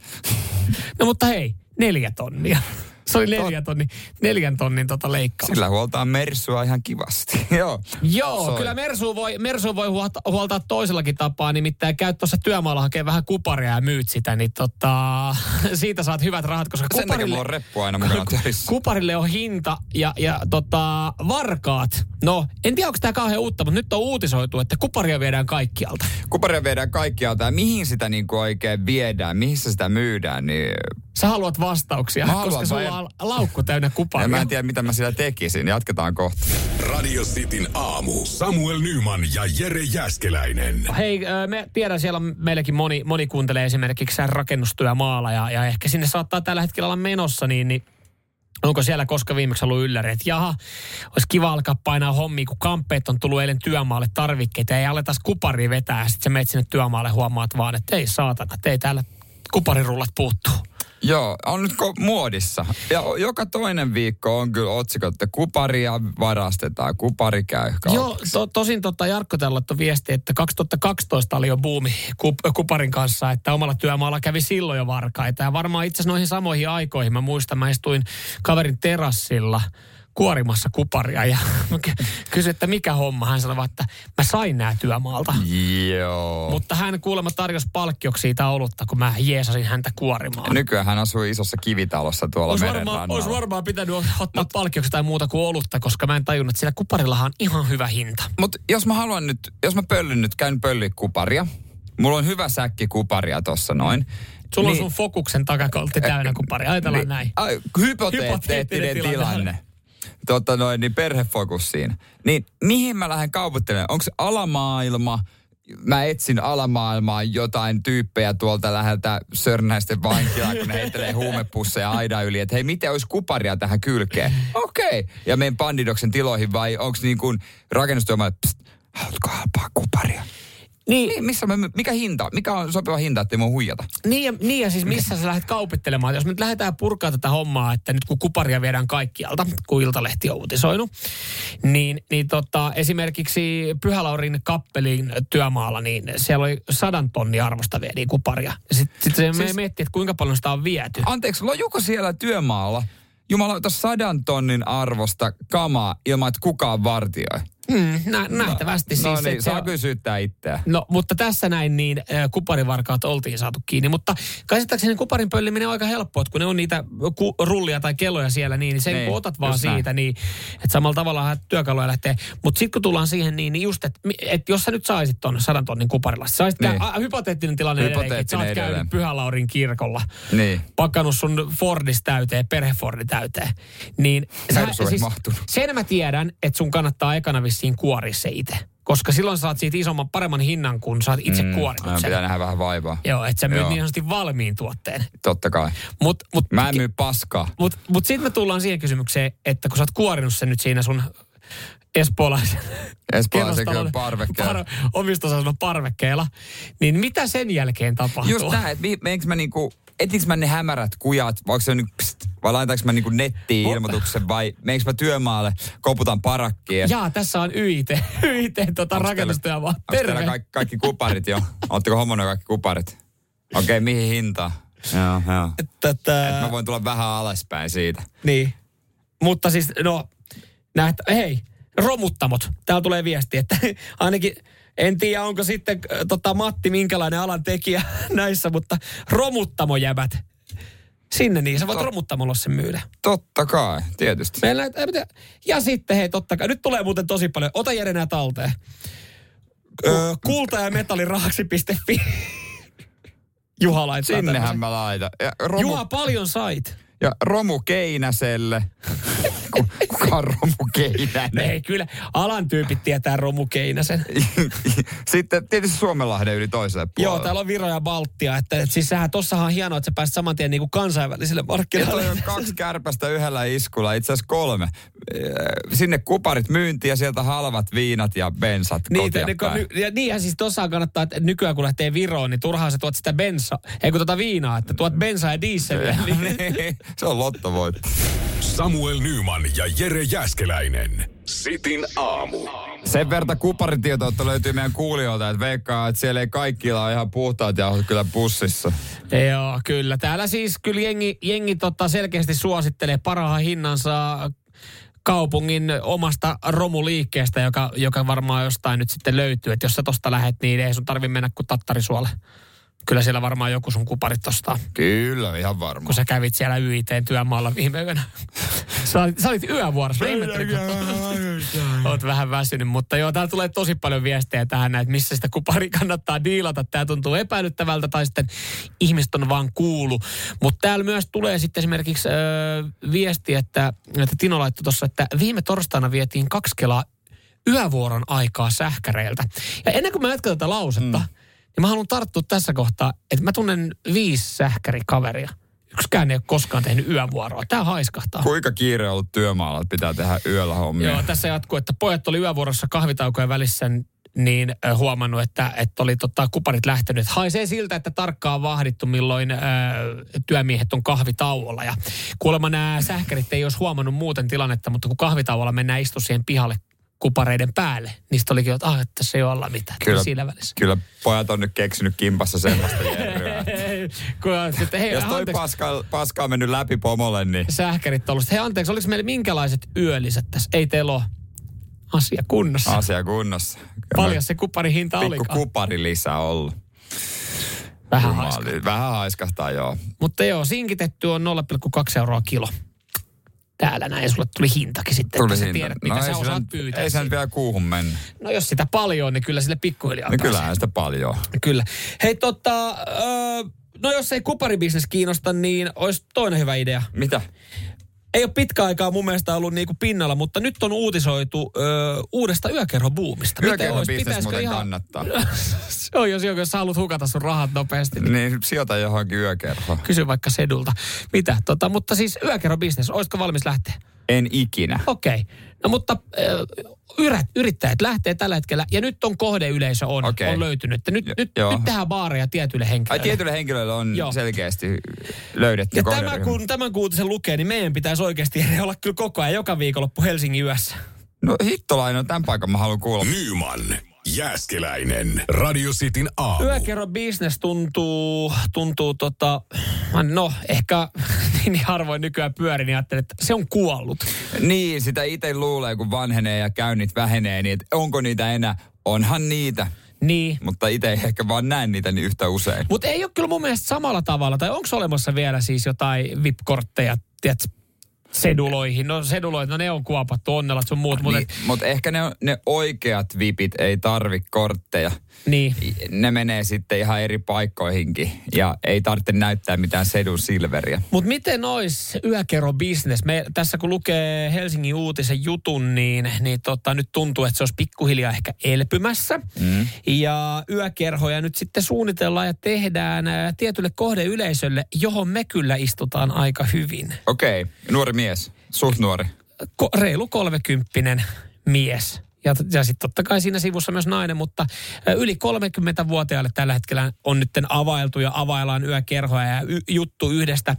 No mutta hei, neljä tonnia. Se oli neljä tonnin, neljän tonnin tota leikkaus. Sillä huoltaa Mersua ihan kivasti. Joo. Joo, Soi. kyllä Mersu voi, Mersu voi huolta, huoltaa toisellakin tapaa, nimittäin käyt tuossa työmaalla hakee vähän kuparia ja myyt sitä, niin tota, siitä saat hyvät rahat, koska Sen takia kuparille, mulla on reppu aina mukana töissä. kuparille on hinta ja, ja tota, varkaat. No, en tiedä, onko tämä kauhean uutta, mutta nyt on uutisoitu, että kuparia viedään kaikkialta. Kuparia viedään kaikkialta ja mihin sitä niinku oikein viedään, mihin sitä myydään, niin... Sä haluat vastauksia, Mä haluan, koska sulla mä en- on laukku täynnä kuparia. Ja mä en tiedä, mitä mä sillä tekisin. Jatketaan kohta. Radio Cityn aamu. Samuel Nyman ja Jere Jääskeläinen. Hei, ö, me tiedän, siellä on meilläkin moni, moni kuuntelee esimerkiksi rakennustyömaalla ja, ja ehkä sinne saattaa tällä hetkellä olla menossa, niin, niin onko siellä koska viimeksi ollut ylläri, että jaha, olisi kiva alkaa painaa hommia, kun kamppeet on tullut eilen työmaalle tarvikkeita ja ei aletaan kuparia vetää. Sitten sä menet sinne työmaalle huomaat vaan, että ei saatana, että ei täällä kuparirullat puuttuu. Joo, on nyt ko- muodissa. Ja joka toinen viikko on kyllä otsikot, että kuparia varastetaan, kupari käy kaupaksi. Joo, to, tosin tota Jarkko tällä laittoi viesti, että kaksituhattakaksitoista oli jo buumi kup, kuparin kanssa, että omalla työmaalla kävi silloin jo varkaita. Ja varmaan itse asiassa noihin samoihin aikoihin, mä muistan, mä istuin kaverin terassilla kuorimassa kuparia ja kysyin, että mikä homma. Hän sanoi, että mä sain nää työmaalta. Joo. Mutta hän kuulemma tarjosi palkkioksi siitä olutta, kun mä jeesasin häntä kuorimaan. Nykyään hän asuu isossa kivitalossa tuolla Olisi meren varmaan, olisi rannalla. varmaan pitänyt ottaa palkkioksi tai muuta kuin olutta, koska mä en tajunnut, että sillä kuparillahan on ihan hyvä hinta. Mutta jos mä haluan nyt, jos mä pöllyn nyt, käyn pölliä kuparia. Mulla on hyvä säkki kuparia tossa noin. Sulla on Niin- sun Fokuksen takakoltti täynnä kuparia. Ajatellaan niin, näin. Ai, hypoteettinen Hypoteettinen tilanne. tilanne. tilanne. Totta noin, niin perhefokus siinä. Niin mihin mä lähden kauputtelemaan? Onko se alamaailma, mä etsin alamaailmaan jotain tyyppejä tuolta läheltä Sörnäisten vankilaan, kun ne heittelee huumepusseja aidan yli, että hei, miten olisi kuparia tähän kylkeen? Okei. Okay. Ja menen Pandidoksen tiloihin vai onko niin kuin rakennustyömaa, pst, haluatko halpaa kuparia? Niin. niin missä mä, mikä hinta? Mikä on sopiva hinta, ettei mua huijata? Niin ja, niin ja siis missä sä lähdet kaupittelemaan? Jos me nyt lähdetään purkaa tätä hommaa, että nyt kun kuparia viedään kaikkialta, kun Iltalehti on uutisoinut, niin, niin tota, esimerkiksi Pyhälaurin kappelin työmaalla, niin siellä oli sadan tonni arvosta viediä kuparia. Sitten sit se siis, miettii, että kuinka paljon sitä on viety. Anteeksi, lojuuko siellä työmaalla jumalauta sadan tonnin arvosta kamaa ilman, että kukaan vartioi? Mm, nä, nähtävästi no, siis. No niin, saa syyttää itseä. No, mutta tässä näin niin äh, kuparivarkaat oltiin saatu kiinni. Mutta käsittääkseni kuparin pölliminen on aika helppoa, että kun ne on niitä ku, rullia tai kelloja siellä, niin sen niin, kun otat vaan siitä, näin. Niin että samalla tavalla työkaluja lähtee. Mutta sitten kun tullaan siihen, niin, niin just, että et jos sä nyt saisit ton sadan tonnin kuparilla, saisit niin. Kä- a, hypoteettinen tilanne edelleen, että sä oot käynyt Pyhälaurin kirkolla, niin. pakannut sun Fordis täyteen, perhefordi täyteen. Niin sä, siis, sen mä tiedän, että sun kannattaa ekana vissiin kuoria se itse. Koska silloin saat siitä isomman, paremman hinnan, kun sä oot itse mm, kuorinut sen. Pitää nähdä vähän vaivaa. Joo, että sä myyt niin sanotusti valmiin tuotteen. Totta kai. Mut, mut, Mä en myy paskaa. Mutta mut sitten me tullaan siihen kysymykseen, että kun sä oot kuorinut sen nyt siinä sun espoolaisen... Espoolaisen kyllä parvekkeella. Par, omistusasunnon parvekkeella. Niin mitä sen jälkeen tapahtuu? Just tää, että meneekö mä niinku... Etinkö mä ne hämärät kujat, vai onko se nyt, pst, vai laitaanko mä niinku nettiin ilmoituksen, vai meneekö mä työmaalle, koputan parakkiin? Jaa, tässä on Y I T, Y I T tota rakennustyömaa. Terve. Onko kaikki, kaikki kuparit jo? Oletteko hommannut kaikki kuparit? Okei, okay, mihin hintaan? Joo, joo. Tätä... Et mä voin tulla vähän alaspäin siitä. Niin. Mutta siis, no, näet, hei, romuttamot. Täällä tulee viesti, että ainakin... En tiedä, onko sitten äh, tota, Matti minkälainen alan tekijä näissä, mutta romuttamojäbät. Sinne niin, sä voit Tot... romuttamolla sen myydä. Totta kai, tietysti. Meillä, ja sitten hei, totta kai. Nyt tulee muuten tosi paljon. Ota Jere nää talteen. Öö, kulta- ja metallirahaksi piste fi. Juha laittaa Sinnehän tämmöisen. mä laitan. Ja romu... Juha, paljon sait. Ja Romu Keinäselle. Kuka on Romu Keinänen? Ei, kyllä. Alan tyypit tietää Romu Keinäsen. Sitten tietysti Suomenlahden yli toiselle puolelle. Joo, täällä on Viro ja Baltia. Että, että siis sehän, tossahan on hienoa, että sä pääsit saman tien niin kuin kansainvälisille markkinoille. Ja toi on kaksi kärpästä yhdellä iskulla, itse asiassa kolme. Sinne kuparit myyntiin ja sieltä halvat viinat ja bensat Niitä, niin, ja niinhän siis tossahan kannattaa, että nykyään kun lähtee Viroon, niin turhaan sä tuot sitä bensaa. Ei kun tuota viinaa, että tuot bensaa ja dieseliä. Niin. Se on lottovoitto. Samuel Nyman ja Jere Jääskeläinen. Sitin aamu. Sen verta kuparitietoutta löytyy meidän kuulijoilta, että veikkaa, että siellä ei kaikilla ole ihan puhtaat jauhot kyllä pussissa. Joo, kyllä. Täällä siis kyllä jengi, jengi tota selkeästi suosittelee parhaan hinnansa kaupungin omasta romuliikkeestä, joka, joka varmaan jostain nyt sitten löytyy. Että jos sä tosta lähet, niin ei sun tarvi mennä kuin Tattarisuolle. Kyllä siellä varmaan joku sun kuparit ostaa. Kyllä, ihan varmaan. Kun sä kävit siellä Y I T:n työmaalla viime yönä. Sä olit, sä olit yövuorossa. Oot vähän väsynyt, mutta joo, täällä tulee tosi paljon viestejä tähän, että missä sitä kupari kannattaa diilata. Tää tuntuu epäilyttävältä tai sitten ihmiset on vaan kuulu. Mutta täällä myös tulee sitten esimerkiksi öö, viesti, että, että Tino laittoi tuossa, että viime torstaina vietiin kaksi kelaa yövuoron aikaa sähkäreiltä. Ja ennen kuin mä jatkan tätä lausetta, mm. ja mä haluan tarttua tässä kohtaa, että mä tunnen viisi sähkärikaveria. Yksikään ei ole koskaan tehnyt yövuoroa. Tää haiskahtaa. Kuinka kiire on ollut työmaalla, että pitää tehdä yöllä hommia? Joo, tässä jatkuu, että pojat oli yövuorossa kahvitaukojen välissä niin äh, huomannut, että, että oli tota, kuparit lähtenyt. Haisee siltä, että tarkkaan vahdittu, milloin äh, työmiehet on kahvitauolla. Ja kuulemma nämä sähkärit ei olisi huomannut muuten tilannetta, mutta kun kahvitauolla mennään istu siihen pihalle kupareiden päälle. Niistä olikin, että, ah, että tässä ei ole alla mitään. Kyllä, siinä välissä. Kyllä pojat on nyt keksinyt kimpassa sellaista järryä. Jos toi paska, paska on mennyt läpi pomolle, niin... Sähkärit on ollut. Hei anteeksi, oliko meillä minkälaiset yölliset tässä? Ei teillä ole asia kunnossa. Asia kunnossa. Paljon se kuparin hinta oli. Pikku kupari lisää ollut. Vähän haiskahtaa. Vähän haiskahtaa, joo. Mutta joo, sinkitetty on nolla pilkku kaksi euroa kilo. Täällä näin, sulle tuli hintakin sitten, tuli että hinta. sä tiedät, mitä no sä osaat pyytää. Ei se nyt vielä kuuhun mennä. No jos sitä paljon, niin kyllä sille pikkuhiljaa no kyllähän sitä paljon. Kyllä. Hei tota, öö, no jos ei kuparibisnes kiinnosta, niin olisi toinen hyvä idea. Mitä? ei ole pitkä aikaa mun mielestä ollut niinku pinnalla, mutta nyt on uutisoitu ö, uudesta yökerhobuumista. Yökerhobisnes muuten ihan... kannattaa. Se on, jos, jos sä haluat hukata sun rahat nopeasti. Niin, niin sijoita johonkin yökerhoon. Kysy vaikka Sedulta. Mitä? Tota, mutta siis yökerhobisnes, olisiko valmis lähteä? En ikinä. Okei. Okay. No mutta äh, yrittäjät lähtee tällä hetkellä, ja nyt on kohdeyleisö on, okay. on löytynyt. Nyt, jo, nyt, nyt tehdään baareja tietyille henkilöille. Ai tietyille henkilöille on Joo. selkeästi löydetty ja tämä, kun tämän uutisen lukee, niin meidän pitäisi oikeasti olla kyllä koko ajan joka viikonloppu Helsingin yössä. No hittolainen, tämän paikan mä haluan kuulla. Nyman, Jääskeläinen, Radio Cityn aamu. Yökerhobisnes tuntuu, tuntuu tota, no ehkä niin harvoin nykyään pyörin, niin ajattelin, että se on kuollut. Niin, sitä itse luulee, kun vanhenee ja käynnit vähenee, niin että onko niitä enää? Onhan niitä. Niin. Mutta itse ei ehkä vaan näe niitä niin yhtä usein. Mutta ei ole kyllä mun mielestä samalla tavalla, tai onko olemassa vielä siis jotain V I P-kortteja, tiedätkö, seduloihin. No seduloit, no ne on kuopattu, onnelat sun muut. Niin, mutta mut ehkä ne, ne oikeat vipit ei tarvi kortteja. Niin. Ne menee sitten ihan eri paikkoihinkin ja ei tarvitse näyttää mitään sedun silveriä. Mutta miten ois yökerhobisnes? Me, tässä kun lukee Helsingin uutisen jutun, niin, niin tota, nyt tuntuu, että se olisi pikkuhiljaa ehkä elpymässä. Mm. Ja yökerhoja nyt sitten suunnitellaan ja tehdään ä, tietylle kohdeyleisölle, johon me kyllä istutaan aika hyvin. Okei, okay. Nuori mies, suht nuori. Ko- reilu kolmekymppinen mies. Ja, ja sitten totta kai siinä sivussa myös nainen, mutta yli kolmekymmentävuotiaille tällä hetkellä on nyt availtu ja availlaan yökerhoja ja y- juttu yhdestä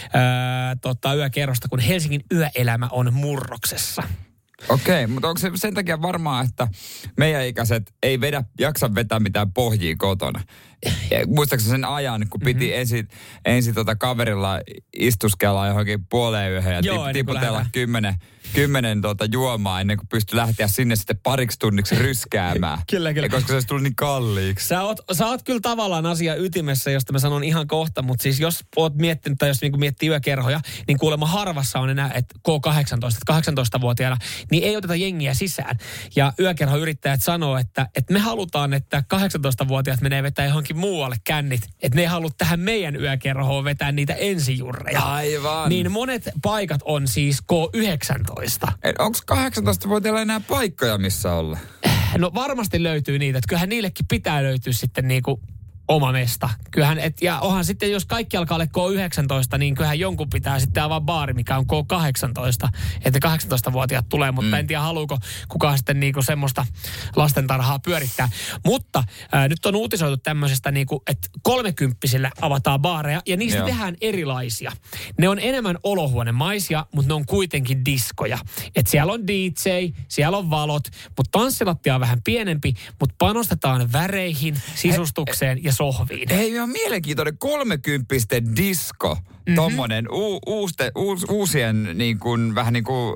ää, tota, yökerrosta, kun Helsingin yöelämä on murroksessa. Okei, okay, mutta onko se sen takia varmaa, että meidän ikäiset ei vedä, jaksa vetää mitään pohjia kotona? Muistaakseni sen ajan, kun piti mm-hmm. ensin, ensin tota kaverilla istuskella johonkin puoleen yöhön ja Joo, tip, tiputella kymmenen, kymmenen tota juomaa ennen kuin pystyi lähteä sinne sitten pariksi tunniksi ryskäämään. Kyllä, kyllä. Ja koska se olisi tullut niin kalliiksi. Sä oot, sä oot kyllä tavallaan asia ytimessä, josta mä sanon ihan kohta, mutta siis jos oot miettinyt tai jos niinku miettii yökerhoja, niin kuulemma harvassa on enää, että K kahdeksantoista, kahdeksantoistavuotiaana, niin ei oteta jengiä sisään. Ja yökerhoyrittäjät sanoo, että, että me halutaan, että kahdeksantoistavuotiaat menee vetää johonkin muualle kännit, että ne ei halua tähän meidän yökerhoon vetää niitä ensijurreja. Aivan. Niin monet paikat on siis K yhdeksäntoista. Onko kahdeksantoistavuotiailla enää paikkoja, missä olla? No varmasti löytyy niitä, että kyllähän niillekin pitää löytyä sitten niinku oma mesta. Kyllähän, et, ja onhan sitten, jos kaikki alkaa olla K yhdeksäntoista, niin kyllähän jonkun pitää sitten avaa baari, mikä on K kahdeksantoista. Että kahdeksantoistavuotiaat tulee, mutta mm. en tiedä, haluuko kukaan sitten niinku semmoista lastentarhaa pyörittää. Mutta ää, nyt on uutisoitu tämmöisestä, niinku, että kolmekymppisille avataan baareja, ja niistä Joo. tehdään erilaisia. Ne on enemmän olohuonemaisia, mutta ne on kuitenkin diskoja. Että siellä on D J, siellä on valot, mutta tanssilattia on vähän pienempi, mutta panostetaan väreihin, sisustukseen ja sohviin. Hei, ihan mielenkiintoinen kolmekymppisten disko. Mm-hmm. Tommonen u, uuste, uus, uusien niin kuin, vähän niin kuin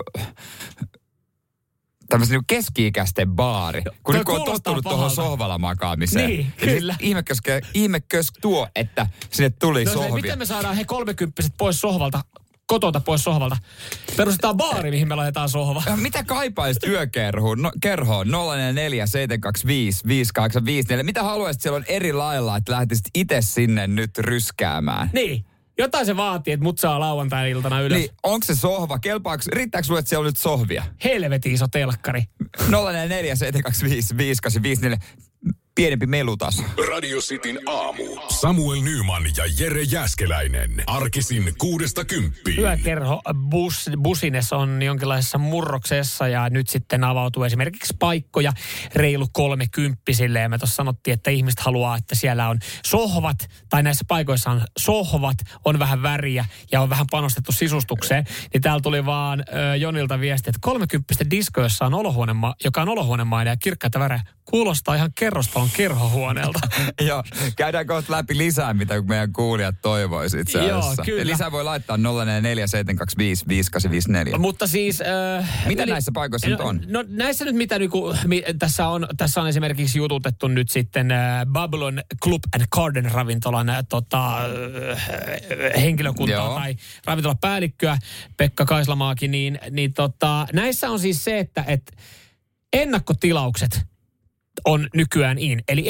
tämmöisen niin keski-ikäisten baari. Kun nyt kun on tottunut tuohon sohvalla makaamiseen. Niin, kyllä. Ihmekös, ihmekös tuo, että sinne tuli no, sohvia. Se, miten me saadaan he kolmekymppiset pois sohvalta? Kotota pois sohvalta. Perustetaan baari, mihin me laitetaan sohva. Mitä kaipaisit yökerhoon? No, kerhoon nolla neljä seitsemän kaksi viisi viisi kahdeksan viisi neljä. Mitä haluaisit siellä on eri lailla, että lähtisit itse sinne nyt ryskäämään? Niin. Jotain se vaatii, että mut saa lauantai-iltana ylös. Niin, onko se sohva? Kelpaako, riittääkö sulle, että siellä on nyt sohvia? Helvetin iso telkkari. nolla neljä seitsemän kaksi viisi viisi kahdeksan viisi neljä. Pienempi melutaso. Radio Cityn aamu. Samuel Nyman ja Jere Jääskeläinen. Arkisin kuudesta kymppiin. Yökerho bus, Busines on jonkinlaisessa murroksessa ja nyt sitten avautuu esimerkiksi paikkoja reilu kolmekymppisille. Ja me tuossa sanottiin, että ihmiset haluaa, että siellä on sohvat, tai näissä paikoissa on sohvat, on vähän väriä ja on vähän panostettu sisustukseen. Niin täällä tuli vaan ö, Jonilta viesti, että kolmekymppisten disko, jossa on olohuonema, joka on olohuonemainen ja kirkkaita värejä, kuulostaa ihan kerrostalon kerhohuoneelta. Joo, käydään kohta läpi lisää, mitä meidän kuulijat toivoisivat itse asiassa. Joo, kyllä. Ja lisää voi laittaa nolla neljä seitsemän kaksi viisi viisi kahdeksan viisi neljä. Mutta siis Äh, mitä eli, näissä paikoissa no, nyt on? No näissä nyt mitä niinku, mi, tässä, on, tässä on esimerkiksi jututettu nyt sitten äh, Babylon Club and Garden ravintolan äh, tota, äh, henkilökuntaa Joo. tai ravintolapäällikköä, Pekka Kaislamaakin, niin, niin tota, näissä on siis se, että et ennakkotilaukset on nykyään in. Eli ennak,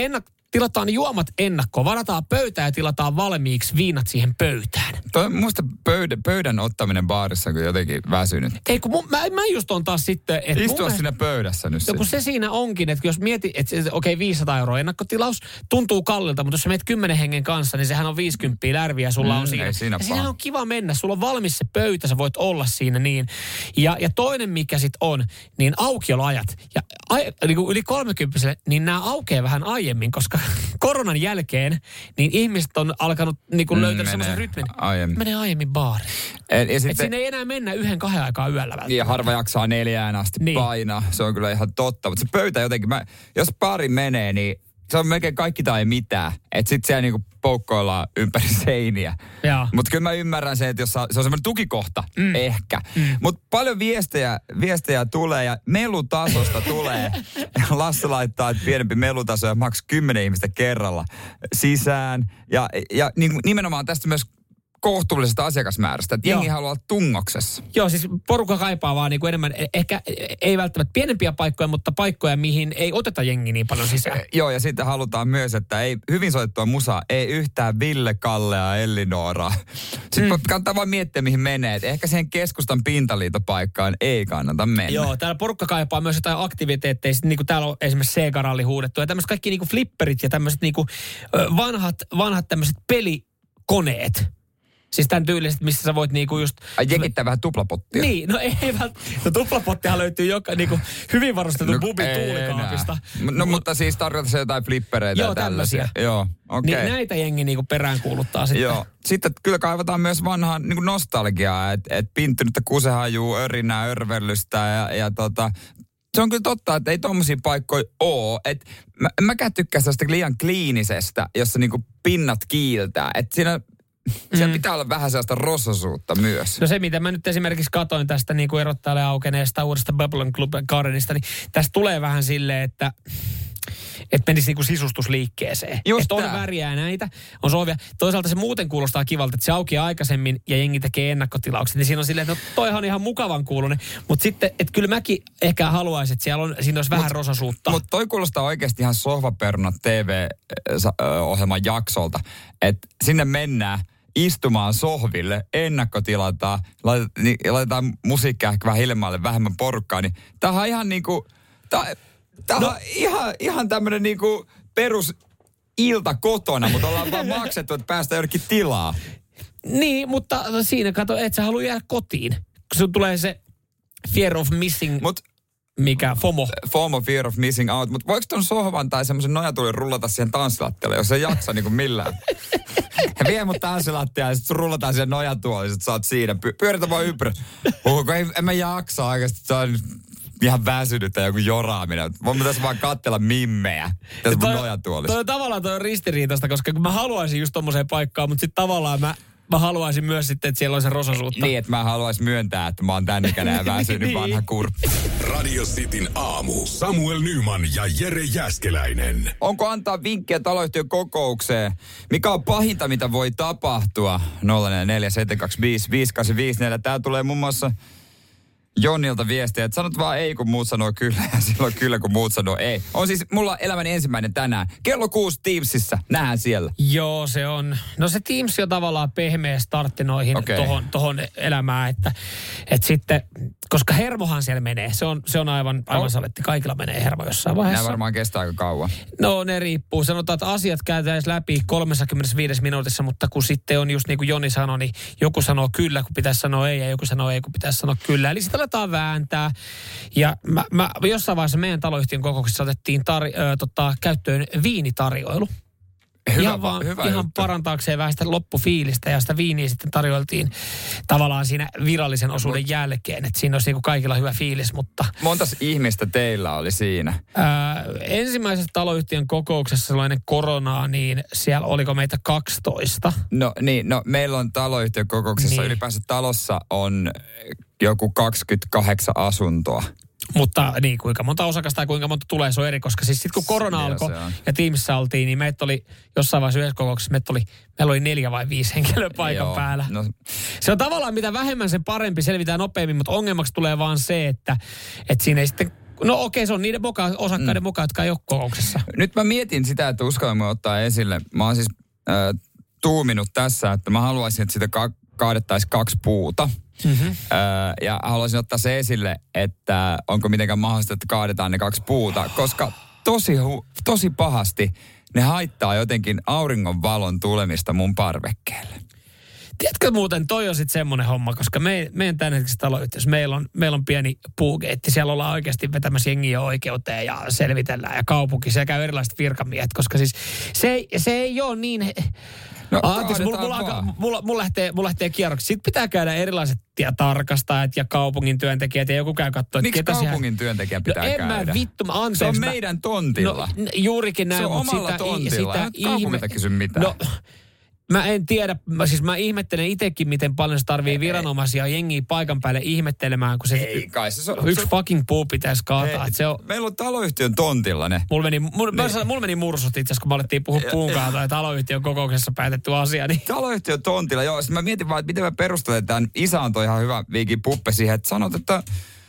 tilataan juomat ennakkoon, varataan pöytää ja tilataan valmiiksi viinat siihen pöytään. Toi musta pöydän, pöydän ottaminen baarissa on jotenkin väsynyt. Ei, kun mun, mä, mä just on taas sitten... Et Istua mun siinä pöydässä nyt. No, kun se siinä onkin, että jos mietit, että okei, okay, viisisataa euroa ennakkotilaus, tuntuu kallilta, mutta jos sä menet kymmenen hengen kanssa, niin sehän on viisikymmentä lärviä ja sulla mm, on siinä. siinä ja siinä on kiva mennä, sulla on valmis se pöytä, sä voit olla siinä niin. Ja, ja toinen, mikä sit on, niin aukioloajat. Ja ai, niin kuin yli kolmekymppiselle, niin nämä aukeaa vähän aiemmin, koska koronan jälkeen, niin ihmiset on alkanut niin kuin mm, löytänyt semmoisen rytmin. Aiemmin. Menee aiemmin baariin. Et, et siinä ei enää mennä yhden kahden aikaa yöllä välttämättä. Ja harva jaksaa neljään asti niin painaa. Se on kyllä ihan totta. Mutta se pöytä jotenkin, mä, jos baari menee, niin se on melkein kaikki tai mitään. Että sit siellä niinku poukkoillaan ympäri seiniä. Mutta kyllä mä ymmärrän sen, että jos sa, se on semmoinen tukikohta, mm. ehkä. Mm. Mutta paljon viestejä, viestejä tulee ja melutasosta tulee. Lasse laittaa, että pienempi melutaso ja maks kymmenen ihmistä kerralla sisään. Ja, ja niin, nimenomaan tästä myös kohtuullisesta asiakasmäärästä, että jengi haluaa olla tungoksessa. Joo, siis porukka kaipaa vaan niin kuin enemmän, ehkä ei välttämättä pienempiä paikkoja, mutta paikkoja, mihin ei oteta jengi niin paljon sisään. E, joo, ja sitten halutaan myös, että ei hyvin soittua musaa, ei yhtään Ville, Kallea, Ellinooraa. Sitten mm. kannattaa vaan miettiä, mihin menee. Et ehkä siihen keskustan pintaliitopaikkaan ei kannata mennä. Joo, täällä porukka kaipaa myös jotain aktiviteetteja, niin kuin täällä on esimerkiksi Sega-ralli huudettu, ja tämmöiset kaikki niin kuin flipperit ja tämmöiset niin kuin vanhat, vanhat tämmöiset pelikoneet. Siis tämän tyyliset, missä sä voit niinku just... Ai jengittää vähän tuplapottia. Niin, no ei välttämättä. No tuplapottihan löytyy joka niinku hyvin varustettu no, bubi tuulikaapista. No, no mutta siis tarkoittaa se jotain flippereitä joo, ja tällaisia. Joo, okei. Okay. Niin näitä jengi niinku peräänkuuluttaa sitten. Joo. Sitten kyllä kaivataan myös vanhaa niinku nostalgiaa, että et pinttynyttä kusehajuu, örinää, örvellystä ja, ja tota... Se on kyllä totta, että ei tommosia paikkoja oo. Et mä, mäkään tykkään sellaista liian kliinisestä, jossa niinku pinnat kiiltää. Että siinä... Siellä mm. pitää olla vähän sellaista rososuutta myös. No se, mitä mä nyt esimerkiksi katoin tästä niin kuin erottajalle aukeneesta uudesta Babylon Club Gardenista, niin tästä tulee vähän silleen, että että menisi niinku sisustusliikkeeseen. Että on väriä näitä, on sovia. Toisaalta se muuten kuulostaa kivalta, että se aukeaa aikaisemmin ja jengi tekee ennakkotilaukset. Niin siinä on silleen, että no toihan on ihan mukavan kuulonen. Mutta sitten, että kyllä mäkin ehkä haluaisin, että siellä on, siinä olisi vähän mut, rososuutta. Mutta toi kuulostaa oikeasti ihan Sohvaperunat T V-ohjelman jaksolta. Että sinne mennään istumaan sohville, ennakkotilataan, laitetaan, niin, laitetaan musiikkia ehkä vähän hiljemmalle, vähemmän porukkaa. Niin tämähän on ihan niinku... Tää, Tämä no. on ihan, ihan tämmöinen niinku perus ilta kotona, mutta ollaan vaan maksettu, että päästään jonnekin tilaa. Niin, mutta siinä kato, et sä halua jäädä kotiin. Sun tulee se fear of missing, Mut, mikä FOMO. FOMO, fear of missing out. Mutta voiko ton sohvan tai semmoisen nojatulin rullata siihen tanssilattialle, jos ei jaksa niinku millään? Ja vie mut tanssilattialle ja sit rullataan siihen nojatuoliin, että sä oot siinä. Py- pyöritä vaan ympärä. Uhuko, ei, en mä jaksa oikeasti, se on ihan väsynyt tai joku joraaminen. Voin tässä vaan katsella mimmejä tässä mun nojatuolissa. Toi tavallaan toi on ristiriitaista, koska mä haluaisin just tommoseen paikkaan, mutta sitten tavallaan mä, mä haluaisin myös sitten, että siellä on se rososuutta. Niin, että mä haluaisin myöntää, että mä oon tän ikäinen ja väsynyt niin. vanha kurppi. Radio Cityn aamu. Samuel Nyman ja Jere Jääskeläinen. Onko antaa vinkkejä taloyhtiön kokoukseen? Mikä on pahinta, mitä voi tapahtua? nolla neljä seitsemän kaksi viisi viisi kahdeksan viisi neljä. Tää tulee muun muassa Jonnilta viestiä, että sanot vaan ei, kun muut sanoo kyllä, ja silloin kyllä, kun muut sanoo ei. On siis mulla elämäni ensimmäinen tänään. Kello kuusi Teamsissa, nähdään siellä. Joo, se on. No se Teams on tavallaan pehmeä startti noihin okay. tohon, tohon elämään, että, että sitten, koska hermohan siellä menee. Se on, se on aivan, aivan oh. saletti. Kaikilla menee hermo jossain vaiheessa. Nämä varmaan kestää aika kauan. No ne riippuu. Sanotaan, että asiat käytäisiin läpi kolmekymmentäviisi minuutissa, mutta kun sitten on just niin kuin Joni sanoi, niin joku sanoo kyllä, kun pitäisi sanoa ei, ja joku sanoo ei, kun pitäisi sanoa kyllä. Eli sitä aletaan vääntää. Ja mä, mä jossain vaiheessa meidän taloyhtiön kokouksessa otettiin tar- ö, tota, käyttöön viinitarjoilu. Hyvä, ihan vaan, hyvä ihan juttu. Parantaakseen vähän sitä loppufiilistä ja sitä viiniä sitten tarjoiltiin tavallaan siinä virallisen osuuden jälkeen. Että siinä olisi niin kuin kaikilla hyvä fiilis, mutta... Montas ihmistä teillä oli siinä? Ää, ensimmäisessä taloyhtiön kokouksessa sellainen koronaa, niin siellä oliko meitä kaksitoista? No niin, no meillä on taloyhtiön kokouksessa niin. Ylipäänsä talossa on joku kaksikymmentäkahdeksan asuntoa. Mutta niin, kuinka monta osakasta tai kuinka monta tulee, se on eri, koska siis sitten kun korona alkoi ja Teamissa oltiin, niin meitä oli jossain vaiheessa yhdessä kokouksessa, meitä oli, meillä oli neljä vai viisi henkilöä paikan Joo, päällä. No. Se on tavallaan mitä vähemmän sen parempi, selvitään nopeammin, mutta ongelmaksi tulee vaan se, että, että siinä ei sitten No okei, se on niiden mukaan, osakkaiden mm. mukaan, jotka ei ole kokouksessa. Nyt mä mietin sitä, että uskallamme ottaa esille. Mä oon siis äh, tuuminut tässä, että mä haluaisin, että sitä ka- kaadettaisiin kaksi puuta. Mm-hmm. Öö, ja haluaisin ottaa se esille, että onko mitenkään mahdollista, että kaadetaan ne kaksi puuta, koska tosi, hu- tosi pahasti ne haittaa jotenkin auringon valon tulemista mun parvekkeelle. Tiedätkö muuten, toi on sitten semmoinen homma, koska me, meidän tämänhetkisessä taloyhtiössä, meillä on, meillä on pieni puugeitti. Siellä ollaan oikeasti vetämässä jengiä oikeuteen ja selvitellään ja kaupunki. Siellä käy erilaiset virkamiehet, koska siis se ei, se ei ole niin... No, Anteeksi, mulla, mulla, alkaa, mulla, mulla, lähtee, mulla lähtee kierroksi. Sitten pitää käydä erilaiset tarkastajat ja kaupungin työntekijät ja joku käy katsoa, että miksi ketä kaupungin siellä... työntekijä pitää no, käydä? En mä vittu, mä anteeksi. Se on mä... meidän tontilla. No, juurikin näin, se on mutta omalla sitä, tontilla. sitä Kaupungilta kysy mitään. No, mä en tiedä, mä, siis mä ihmettelen itsekin, miten paljon se tarvii ei, viranomaisia ei. jengiä paikan päälle ihmettelemään, kun se, ei, kai, se on, yksi se, fucking puu pitäisi kaataa. Ei, se on, meillä on taloyhtiön tontilla ne. Mulla meni, mul, niin. mulla meni mursut itse asiassa, kun me alettiin puhua puunkaan tai taloyhtiön kokouksessa päätetty asia. Niin. Taloyhtiön tontilla, joo. Sitten mä mietin vaan, että miten mä perustelen tämän. Isä on toi ihan hyvä viikin puppe siihen, että sanot, että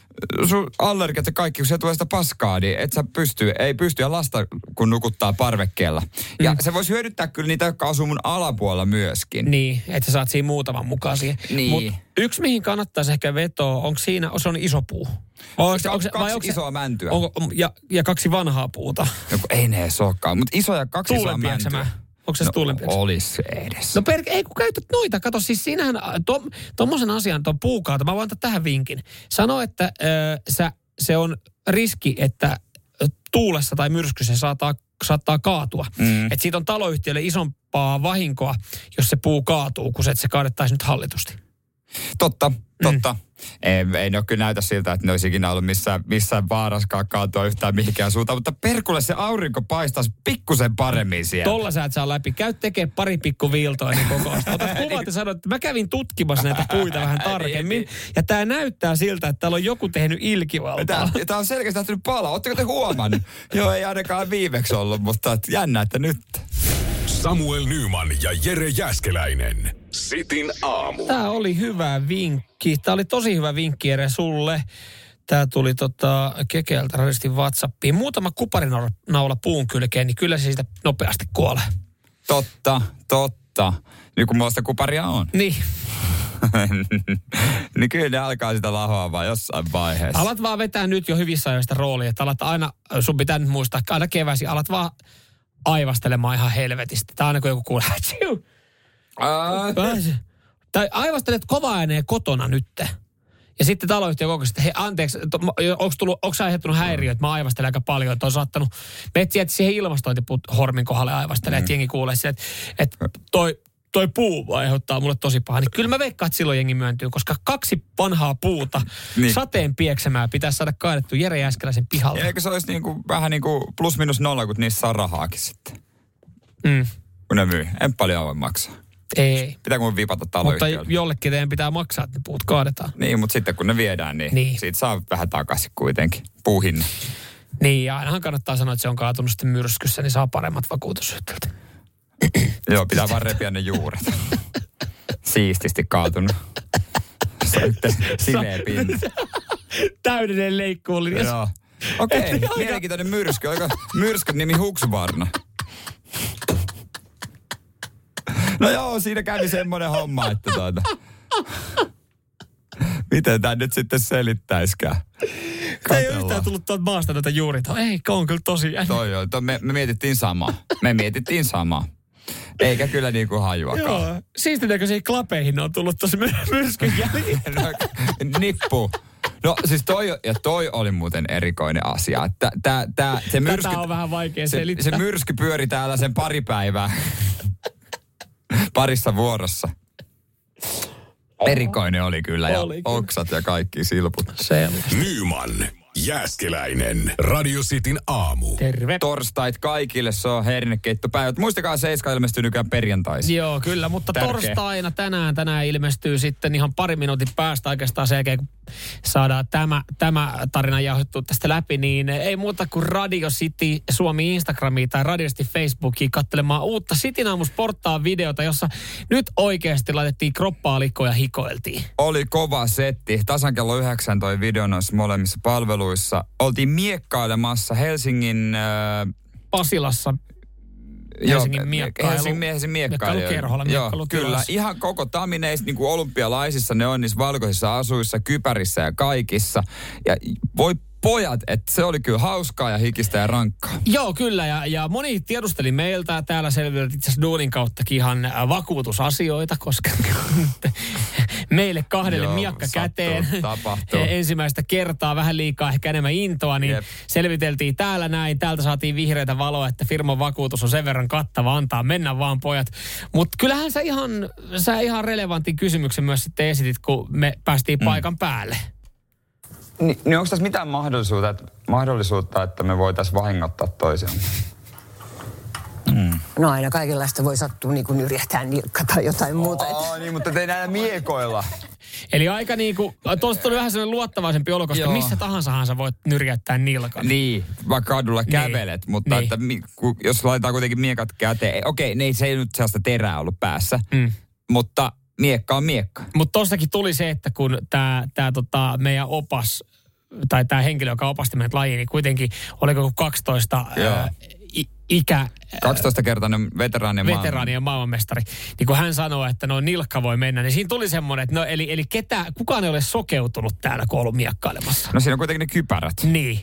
sun allergiat ja kaikki, kun siellä tulee sitä paskaa, niin et sä pysty, ei pysty ja lasta, kun nukuttaa parvekkeella. Ja mm. se voisi hyödyttää kyllä niitä, jotka asuu mun alapuolella myöskin. Niin, että sä saat siinä muutaman mukaan siihen. Niin. Mut yksi, mihin kannattaisi ehkä vetoa, onko siinä, se on iso puu? Onko se, onko se, kaksi onko isoa mäntyä? Onko, ja, ja kaksi vanhaa puuta. Joku, ei ne edes olekaan, mutta isoja kaksi isoa mäntyä. Onko se no, tuulenpiäksä? Olis se edes. No per, ei kun käytät noita. Kato siis siinähän, to, tommosen asian, tuon puukaata, mä voin antaa tähän vinkin. Sano, että ö, sä, se on riski, että tuulessa tai myrskyssä saattaa, saattaa kaatua. Mm. Että siitä on taloyhtiölle isompaa vahinkoa, jos se puu kaatuu, kun se, että se kaadettaisiin nyt hallitusti. Totta, totta. Mm. Ei, ei ne ole kyllä näytä siltä, että ne olisi ikinä ollut missään, missään vaaraskaan kaatua yhtään mihinkään suuntaan, mutta perkulle se aurinko paistaisi pikkusen paremmin siellä. Tolla sä et saa läpi. Käy tekee pari pikku viiltoa ennen kokousta. Otat kuvat ja sanot, että mä kävin tutkimassa näitä puita vähän tarkemmin. Ja tää näyttää siltä, että täällä on joku tehnyt ilkivaltaa. Tää, tää on selkeästi lähtenyt palaa. Ootteko te huomannut? Joo, ei ainakaan viimeksi ollut, mutta jännä, että nyt. Samuel Nyman ja Jere Jääskeläinen. Sitin aamu. Tää oli hyvä vinkki. Tää oli tosi hyvä vinkki, Jere, sulle. Tää tuli tota Kekeltä radistin WhatsAppiin. Muutama kuparinaula puun kylkeen, niin kyllä se siitä nopeasti kuolee. Totta, totta. Nyt kun mulla sitä kuparia on. Niin. niin kyllä ne alkaa sitä lahoa vaan jossain vaiheessa. Alat vaan vetää nyt jo hyvissä ajoista roolia. Että alat aina, sun pitää nyt muistaa, aina keväisin, alat vaan aivastelemaan ihan helvetistä. Tai aina kun joku kuulee, tsiu. Äh. Tai aivastelet kova ääneen kotona nytte. Ja sitten taloyhtiö kokous, että hei anteeksi, onko tullut, onko sä aiheuttanut häiriöitä, että mä aivastelen aika paljon, että on saattanut, me etsiä, että siihen ilmastointihormin kohdalle aivastelee, mm. että jengi kuulee sitä, että, että toi, toi puu aiheuttaa mulle tosi paha. Niin kyllä mä veikkaan, että silloin jengi myöntyy, koska kaksi vanhaa puuta niin. sateen pieksemää pitäisi saada kaadettu Jere Jääskeläisen pihalle. Ja eikö se olisi niin kuin, vähän niin kuin plus minus nolla, kun niissä saa rahaakin sitten? Mm. Kun ne myy. En paljon voi maksaa. Ei. Pitääkö mun vipata taloyhtiölle? Mutta jollekin teidän pitää maksaa, että ne puut kaadetaan. Niin, mutta sitten kun ne viedään, niin, niin. siitä saa vähän takaisin kuitenkin puuhinnan. Niin, ja ainahan kannattaa sanoa, että se on kaatunut sitten myrskyssä, niin saa paremmat vakuutusyhtiöltä. Joo, pitää vaan repiä ne juuret. Siististi kaatunut. Sitten sileä pinta. Täydellinen leikkuuli. Joo. Okei, okay, mielenkiintoinen myrsky. Oliko myrskyn nimi Huksvarna? No joo, siinä kävi semmoinen homma, että tuota... Miten tämä nyt sitten selittäisikään? Ei ole yhtään tullut tuolta maasta noita juurita. Ei, on kyllä tosi jännä. Toi joo, me, me mietittiin samaa. Me mietittiin samaa. Eikä kyllä niinku hajuakaan. Joo, siistinäköisiin klapeihin on tullut tosi myrskyn jäljiä. No, nippu. No siis toi, ja toi oli muuten erikoinen asia. Tää, tää, tää, se myrsky, Tätä on vähän vaikea se, selittää. Se myrsky pyöri täällä sen pari päivää. Parissa vuorossa. Erikoinen oli kyllä ja oli oksat ja kaikki silput. Selvästi. Nyman, Jääskeläinen, Radio Cityn aamu. Terve. Torstait kaikille, se on hernekeittopäivät. Muistakaa, Seiska ilmestyy nykyään perjantaisin. Joo, kyllä, mutta tärkeä. Torstaina tänään, tänään ilmestyy sitten ihan pari minuutin päästä oikeastaan sen jälkeen, kun saadaan tämä, tämä tarina jauhettua tästä läpi, niin ei muuta kuin Radio City Suomi Instagramiin tai Radio City Facebookiin katselemaan uutta Cityn aamu Sporttaan videota, jossa nyt oikeasti laitettiin kroppaa likkoon ja hikoiltiin. Oli kova setti. Tasan kello yhdeksän toi video noissa molemmissa palveluissa. asuissa. Oltiin miekkailemassa Helsingin... Äh, Pasilassa. Helsingin miekkailu. Helsingin, Helsingin miekkailukerholla. Joo, kyllä. Ihan koko tamineissa, niin kuin olympialaisissa, ne on niissä valkoisissa asuissa, kypärissä ja kaikissa. Ja voi pojat, että se oli kyllä hauskaa ja hikistä ja rankkaa. Joo, kyllä. Ja, ja moni tiedusteli meiltä. Täällä selviteltiin itse asiassa duunin kauttakin ihan vakuutusasioita, koska meille kahdelle Joo, miakka sattuu, käteen tapahtuu. ensimmäistä kertaa vähän liikaa ehkä enemmän intoa, niin Jep. selviteltiin täällä näin. Täältä saatiin vihreitä valoa, että firman vakuutus on sen verran kattava, antaa mennä vaan pojat. Mutta kyllähän sä ihan, sä ihan relevantin kysymyksen myös sitten esitit, kun me päästiin mm. paikan päälle. Ni, niin onko tässä mitään mahdollisuutta, että, mahdollisuutta, että me voitaisiin vahingoittaa toisiaan? Mm. No aina kaikenlaista voi sattua, niin kuin nyrjähtää nilkka tai jotain muuta. Oh, niin, mutta te näillä miekoilla. Eli aika niinku, tuosta tuli vähän sellainen luottavaisempi olo, koska Joo. missä tahansahan sä voit nyrjäyttää nilkan. Niin, vaikka kadulla kävelet, niin. mutta niin. Että, kun, jos laitetaan kuitenkin miekat käteen, okei, ne ei se ei nyt sellaista terää ollut päässä, mm. mutta miekka on miekka. Mutta tossakin tuli se, että kun tämä tää, tota, meidän opas, tai tämä henkilö, joka opasti meidät lajiin, niin kuitenkin oliko kaksitoista ää, i, ikä... kaksitoistakertainen veteraani ja veteraani ja maailmanmestari. Niin kun hän sanoi, että no nilkka voi mennä, niin siinä tuli semmoinen, että no eli, eli ketä, kukaan ei ole sokeutunut täällä, kun on ollut miekkailemassa. No siinä on kuitenkin ne kypärät. Niin.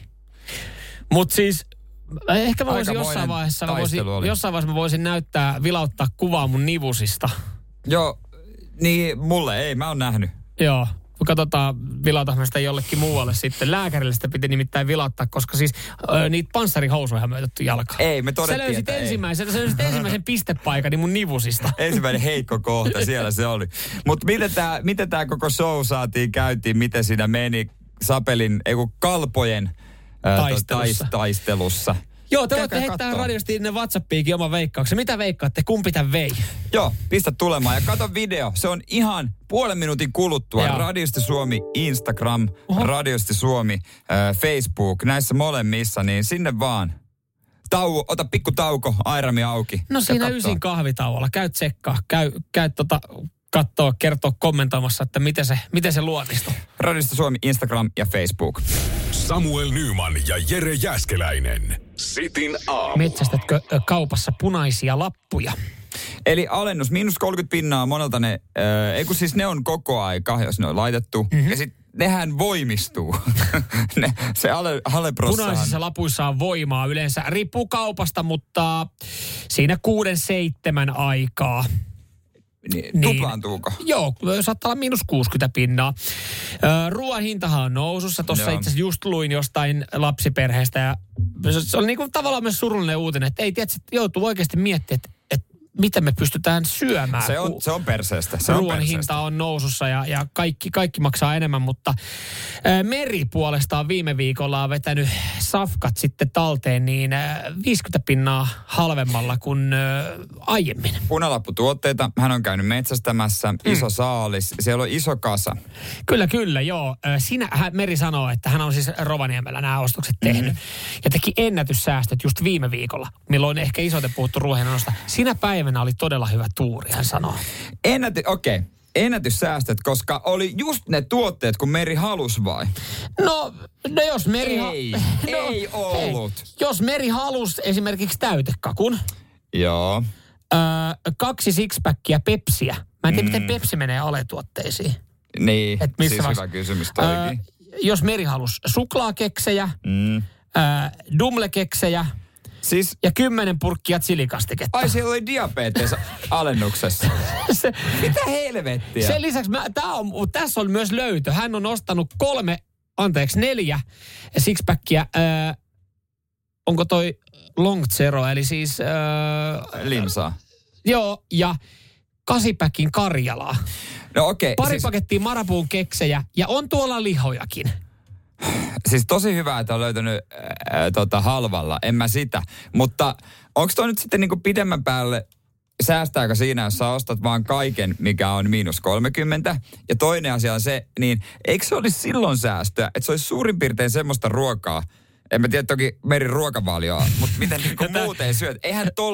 Mutta siis... Ehkä mä voisin jossain vaiheessa, mä voisin, jossain vaiheessa mä voisin näyttää, vilauttaa kuvaa mun nivusista. Joo, niin mulle ei, mä oon nähnyt. Joo, katsotaan, vilautaan sitä jollekin muualle sitten. Lääkärille sitä piti nimittäin vilauttaa, koska siis ö, niitä panssarihousuja on myötetty jalkaan. Ei, me todettiin, sä löysit ensimmäisen, sä löysit ensimmäisen pistepaikani mun nivusista. Ensimmäinen heikko kohta, siellä se oli. Mutta miten tää, miten tää koko show saatiin käyntiin, miten siinä meni Sapelin, ei kun Kalpojen ää, taistelussa. Tais, taistelussa. Joo, te voitte heittää radiosti ennen WhatsAppiinkin oman veikkauksen. Mitä veikkaatte? Kumpi tämän vei? Joo, pistä tulemaan ja kato video. Se on ihan puolen minuutin kuluttua. Joo. Radiosti Suomi Instagram, Oho. Radiosti Suomi äh, Facebook. Näissä molemmissa, niin sinne vaan. Tau, ota pikku tauko, airami auki. No siinä ysin kahvitauolla. Käy tsekkaa. Käy, käy tota... katsoa, kertoa kommentoimassa, että miten se, miten se luonnistuu. Radiosta Suomi, Instagram ja Facebook. Samuel Nyman ja Jere Jääskeläinen. Sitin aamu. Metsästätkö kaupassa punaisia lappuja? Eli alennus, miinus kolmekymmentä pinnaa monelta ne, äh, ei kun siis ne on koko aika, jos ne on laitettu. Mm-hmm. Ja sitten nehän voimistuu. ne, se ale, aleprossahan. Punaisissa lapuissa on voimaa yleensä. Riippuu kaupasta, mutta siinä kuuden seitsemän aikaa. Niin, tuplaantuuko? Joo, saattaa olla miinus kuusikymmentä pinnaa. Ö, ruoan hintahan on nousussa. Tuossa itse asiassa just luin jostain lapsiperheestä ja se oli niin kuin tavallaan myös surullinen uutinen, että ei tiedä, että joutuu oikeasti miettimään, että, että miten me pystytään syömään. Se on, se on perseestä. Se ruoan on perseestä. Hinta on nousussa ja, ja kaikki, kaikki maksaa enemmän, mutta ä, Meri puolestaan viime viikolla on vetänyt safkat sitten talteen niin ä, viisikymmentä pinnaa halvemmalla kuin ä, aiemmin. Punalapputuotteita, hän on käynyt metsästämässä, iso mm. saalis, siellä on iso kasa. Kyllä, kyllä, joo. Sinä, hän, Meri sanoo, että hän on siis Rovaniemellä nämä ostokset tehnyt mm-hmm. ja teki ennätyssäästöt just viime viikolla, milloin ehkä isoten puhuttu ruoan hinnasta. Sinä päivänä oli todella hyvä tuuri, hän sanoo. Ennäty, okei. Okay. Ennätyssäästöt, koska oli just ne tuotteet, kun Meri halus vai? No, no jos Meri... Ei, ha- no, ei ollut. Hei, jos Meri halus esimerkiksi täytekakun. Joo. Öö, kaksi sixpackia Pepsiä. Mä en tiedä, mm. miten Pepsi menee aletuotteisiin. Niin, Et missä siis vasta? Hyvä kysymys toikin. Öö, jos Meri halus suklaakeksejä, mm. öö, dumlekeksejä, siis, ja kymmenen purkkia chilikastiketta. Ai, siellä oli diabetes alennuksessa. se, Mitä helvettiä? Sen lisäksi, mä, tää on, tässä on myös löytö. Hän on ostanut kolme, anteeksi neljä sixpackia. Öö, onko toi long zero, eli siis... Öö, Limsaa. Joo, ja kasipäkin Karjalaa. No okei. Okay, Pari siis... pakettia Marabuun keksejä, ja on tuolla lihojakin. Siis tosi hyvä, että on löytänyt äh, tota, halvalla, en mä sitä. Mutta onko toi nyt sitten niinku pidemmän päälle, säästääkö siinä, jos sä ostat vaan kaiken, mikä on miinus kolmekymmentä? Ja toinen asia on se, niin eikö se olisi silloin säästöä, että se olisi suurin piirtein semmoista ruokaa, en mä tiedä toki Merin ruokavalioa, mutta miten niinku muuten syöt. Eihän tolla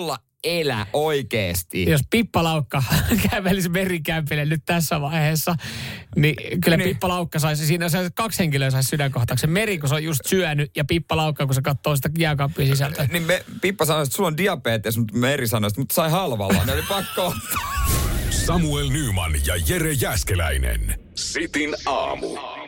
elä oikeesti. Jos Pippa Laukka kävelisi merikämpille nyt tässä vaiheessa, niin kyllä niin. Pippa Laukka saisi, siinä saisi kaksi henkilöä saisi sydänkohtauksen. Meri, kun se on just syönyt, ja Pippa Laukka, kun se katsoo sitä jääkaappia sisältöä. Niin me, Pippa sanoi, että sulla on diabetes, mutta Meri sanoi, mutta sai halvalla, niin oli pakko ottaa. Samuel Nyman ja Jere Jääskeläinen. Sitin aamu.